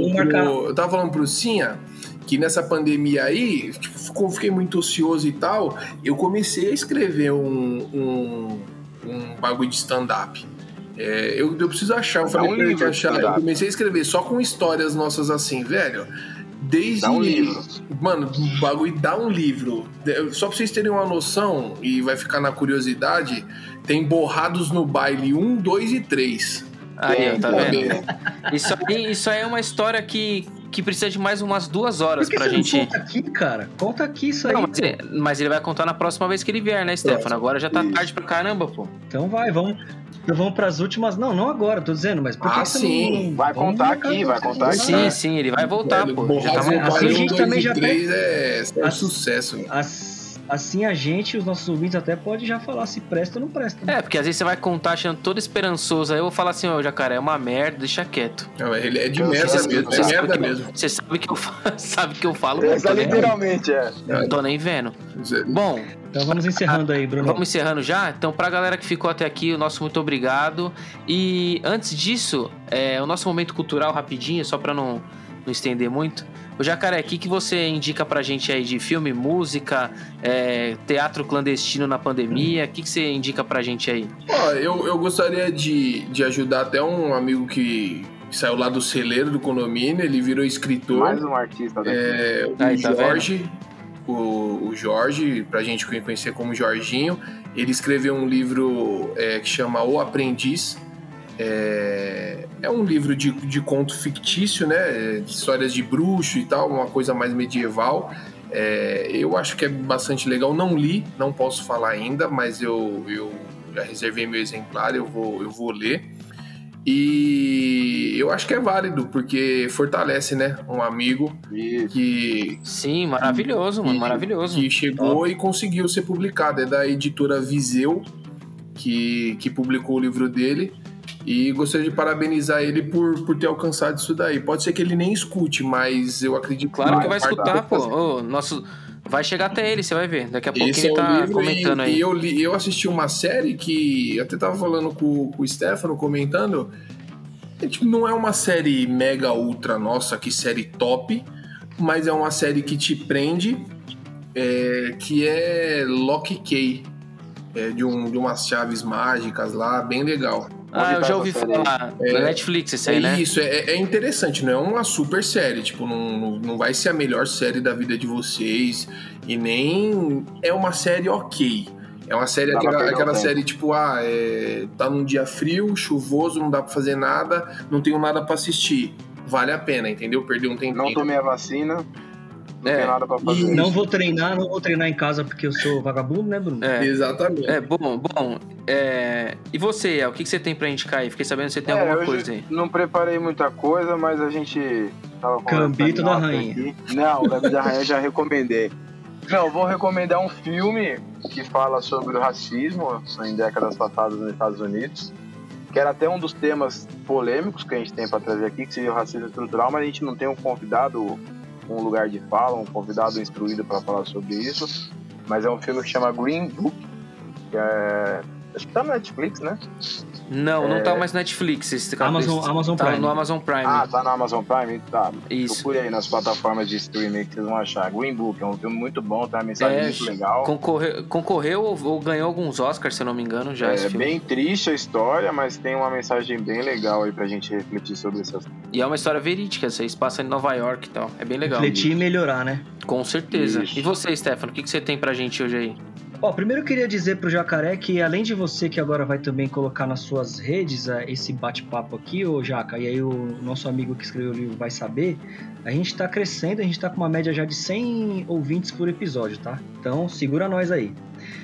pro Cinha que nessa pandemia aí, tipo, fiquei muito ocioso e tal, eu comecei a escrever um bagulho de stand-up. Eu preciso achar, eu falei pra ele que achar. Eu comecei a escrever só com histórias nossas assim, velho. Desde. Dá um livro. Mano, o bagulho dá um livro. Só pra vocês terem uma noção, e vai ficar na curiosidade, tem Borrados no Baile 1, 2 e 3. Aí, tá vendo? Isso aí é uma história que precisa de mais umas 2 horas pra gente... Conta aqui, cara. Conta aqui isso aí. Mas ele vai contar na próxima vez que ele vier, né, Stefano? Agora já tá tarde pra caramba, pô. Então vamos pras últimas... Não agora, tô dizendo, mas... Por que sim. Não... Vai contar aqui, vai contar aqui. Sim, ele vai voltar, pô. Já tá assim a gente também já tem... é sucesso. Assim a gente, os nossos ouvintes até pode já falar se presta ou não presta. Né? Porque às vezes você vai contar achando todo esperançoso, aí eu vou falar assim, Jacaré, é uma merda, deixa quieto. Não, ele é de merda mesmo, é merda mesmo. Você sabe que eu falo. Literalmente, Não tô nem vendo. Bom... Então vamos encerrando aí, Bruno. Vamos encerrando já? Então, pra galera que ficou até aqui, o nosso muito obrigado. E antes disso, o nosso momento cultural rapidinho, só pra não estender muito. O Jacaré, o que você indica pra gente aí de filme, música, teatro clandestino na pandemia? O que você indica pra gente aí? Eu gostaria de ajudar até um amigo que saiu lá do celeiro do condomínio, ele virou escritor. Mais um artista daqui. O Jorge, o Jorge, pra gente conhecer como Jorginho, ele escreveu um livro que chama O Aprendiz. É um livro de conto fictício, né? De histórias de bruxo e tal, uma coisa mais medieval. Eu acho que é bastante legal. Não li, não posso falar ainda, mas eu já reservei meu exemplar, eu vou ler. E eu acho que é válido, porque fortalece, né? Um amigo que... Sim, maravilhoso, mano, maravilhoso. Que chegou e conseguiu ser publicado. É da editora Viseu, que publicou o livro dele. E gostaria de parabenizar ele por ter alcançado isso daí. Pode ser que ele nem escute, mas eu acredito Claro que vai escutar, pô. Vai chegar até ele, você vai ver. Daqui a pouquinho ele tá comentando aí. E eu assisti uma série que eu até tava falando com o Stefano, comentando. Tipo, não é uma série mega ultra, nossa, que série top, mas é uma série que te prende, que é Lock Key, de umas chaves mágicas lá, bem legal. Eu já ouvi falar. Na Netflix isso aí, né? Isso, é interessante, não é uma super série, tipo, não vai ser a melhor série da vida de vocês, e nem é uma série ok. É uma série, aquela série, tipo, tá num dia frio, chuvoso, não dá pra fazer nada, não tenho nada pra assistir. Vale a pena, entendeu? Perder um tempinho. Não tomei a vacina. Não tem nada pra fazer. E não vou treinar em casa porque eu sou vagabundo, né, Bruno? Exatamente. Bom. E você, El, o que você tem pra indicar aí? Fiquei sabendo que você tem alguma coisa aí. Não preparei muita coisa, mas a gente tava Gambito da Rainha. Aqui. Não, o Gambito da Rainha eu já recomendei. Não, vou recomendar um filme que fala sobre o racismo em décadas passadas nos Estados Unidos, que era até um dos temas polêmicos que a gente tem pra trazer aqui, que seria o racismo estrutural, mas a gente não tem um convidado, um lugar de fala, um convidado instruído para falar sobre isso, mas é um filme que chama Green Book, que acho que tá no Netflix, né? Não tá mais no Netflix. Amazon tá Prime. no Amazon Prime. Tá no Amazon Prime? Tá. Isso. Procure aí nas plataformas de streaming que vocês vão achar. Green Book é um filme muito bom, tem uma mensagem muito legal. Concorreu ou ganhou alguns Oscars, se eu não me engano, já. É bem triste a história, mas tem uma mensagem bem legal aí pra gente refletir sobre esse assunto. E é uma história verídica, vocês passam em Nova York e tal. É bem legal. Refletir e melhorar, né? Com certeza. Isso. E você, Stefano, o que você tem pra gente hoje aí? Primeiro eu queria dizer pro Jacaré que além de você que agora vai também colocar nas suas redes esse bate-papo aqui, ô Jaca, e aí o nosso amigo que escreveu o livro vai saber, a gente tá crescendo, a gente tá com uma média já de 100 ouvintes por episódio, tá? Então segura nós aí.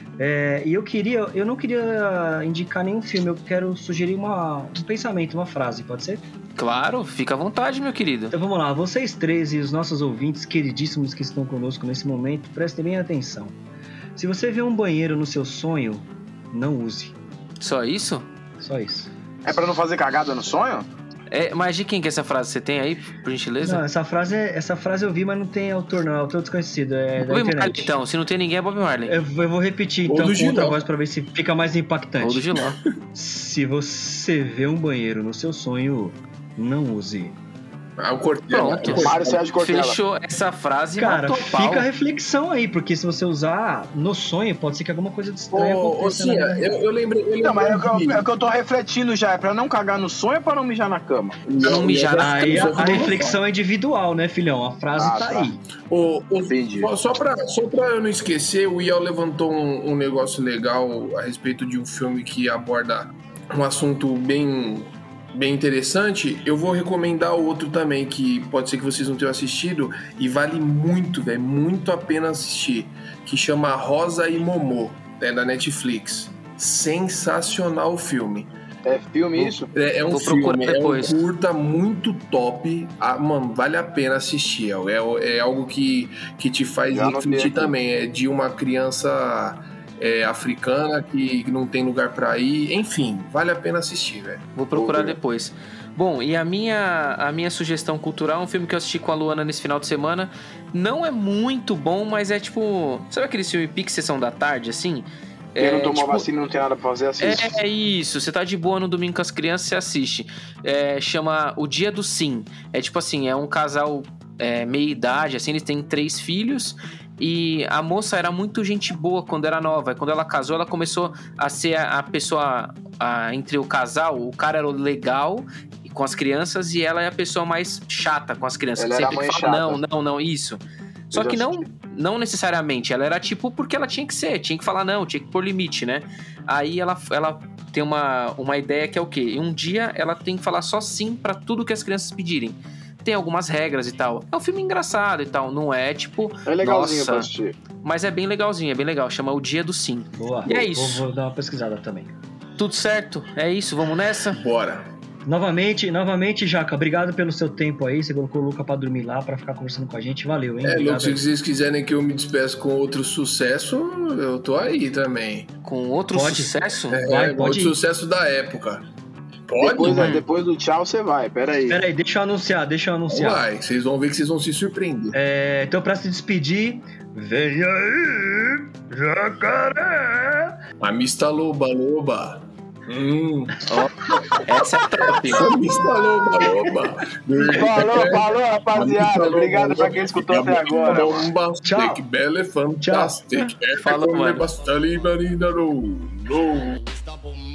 E eu não queria indicar nenhum filme, eu quero sugerir um pensamento, uma frase, pode ser? Claro, fica à vontade, meu querido. Então vamos lá, vocês três e os nossos ouvintes queridíssimos que estão conosco nesse momento, prestem bem atenção. Se você vê um banheiro no seu sonho, não use. Só isso? Só isso. É pra não fazer cagada no sonho? Mas de quem que é essa frase? Você tem aí, por gentileza? Não, essa frase eu vi, mas não tem autor não, é autor desconhecido, da Bob internet. Marley, então, se não tem ninguém é Bob Marley. Eu vou repetir então com outra voz pra ver se fica mais impactante. Ou do Giló. Se você vê um banheiro no seu sonho, não use. O Cortella. Pronto. Mário Sérgio Cortella. Fechou essa frase. Cara, matou a pau. fica a reflexão aí, porque se você usar no sonho, pode ser que alguma coisa estranha aconteça. Sim, eu lembrei. Não, mas é que eu tô refletindo já. É pra não cagar no sonho ou pra não mijar na cama? Não mijar na Aí cama. a reflexão é individual, né, filhão? A frase tá aí. Entendi. Só pra eu não esquecer, o Iel levantou um negócio legal a respeito de um filme que aborda um assunto bem interessante. Eu vou recomendar outro também, que pode ser que vocês não tenham assistido, e vale muito, velho, muito a pena assistir, que chama Rosa e Momô, da Netflix. Sensacional o filme. É filme isso? É um Vou procurar filme, depois. é um curta muito top. Mano, vale a pena assistir. É algo que te faz refletir também. É de uma criança africana que não tem lugar pra ir. Enfim, vale a pena assistir, velho. Vou procurar depois. Bom, e a minha sugestão cultural é um filme que eu assisti com a Luana nesse final de semana. Não é muito bom, mas é tipo... Sabe aquele filme Pique Sessão da Tarde, assim? Quem não tomou vacina e não tem nada pra fazer, assiste. É isso, você tá de boa no domingo com as crianças, você assiste. Chama O Dia do Sim. É tipo assim, é um casal meia idade, assim, eles têm 3 filhos... E a moça era muito gente boa quando era nova. Quando ela casou, ela começou a ser a pessoa entre o casal. O cara era legal. E com as crianças e ela é a pessoa mais chata com as crianças. Ela sempre era a mãe que fala, chata. não, isso. Só que não necessariamente, ela era tipo porque ela tinha que ser, tinha que falar não, tinha que pôr limite, né? Aí ela tem uma ideia que é o quê? Um dia ela tem que falar só sim pra tudo que as crianças pedirem. Tem algumas regras e tal. É um filme engraçado e tal, não é tipo... É legalzinho nossa, pra assistir. mas é bem legalzinho, é bem legal. Chama O Dia do Sim. Boa. E é isso. Vou dar uma pesquisada também. Tudo certo? É isso, vamos nessa? Bora. Novamente, Jaca, obrigado pelo seu tempo aí. Você colocou o Luca pra dormir lá, pra ficar conversando com a gente. Valeu, hein? Louco, se vocês quiserem que eu me despeça com outro sucesso, eu tô aí também. Com outro sucesso? Pode ir. Sucesso da época. Pode? Depois do tchau, você vai. Pera aí, deixa eu anunciar. Vai, vocês vão ver que vocês vão se surpreender. Então, pra se despedir, vem aí, jacaré! Amista loba. Essa é top. Amista loba. Falou, rapaziada. Obrigado pra quem escutou até agora. Tchau. Bela é fantástico. Falou, mano. Bastante,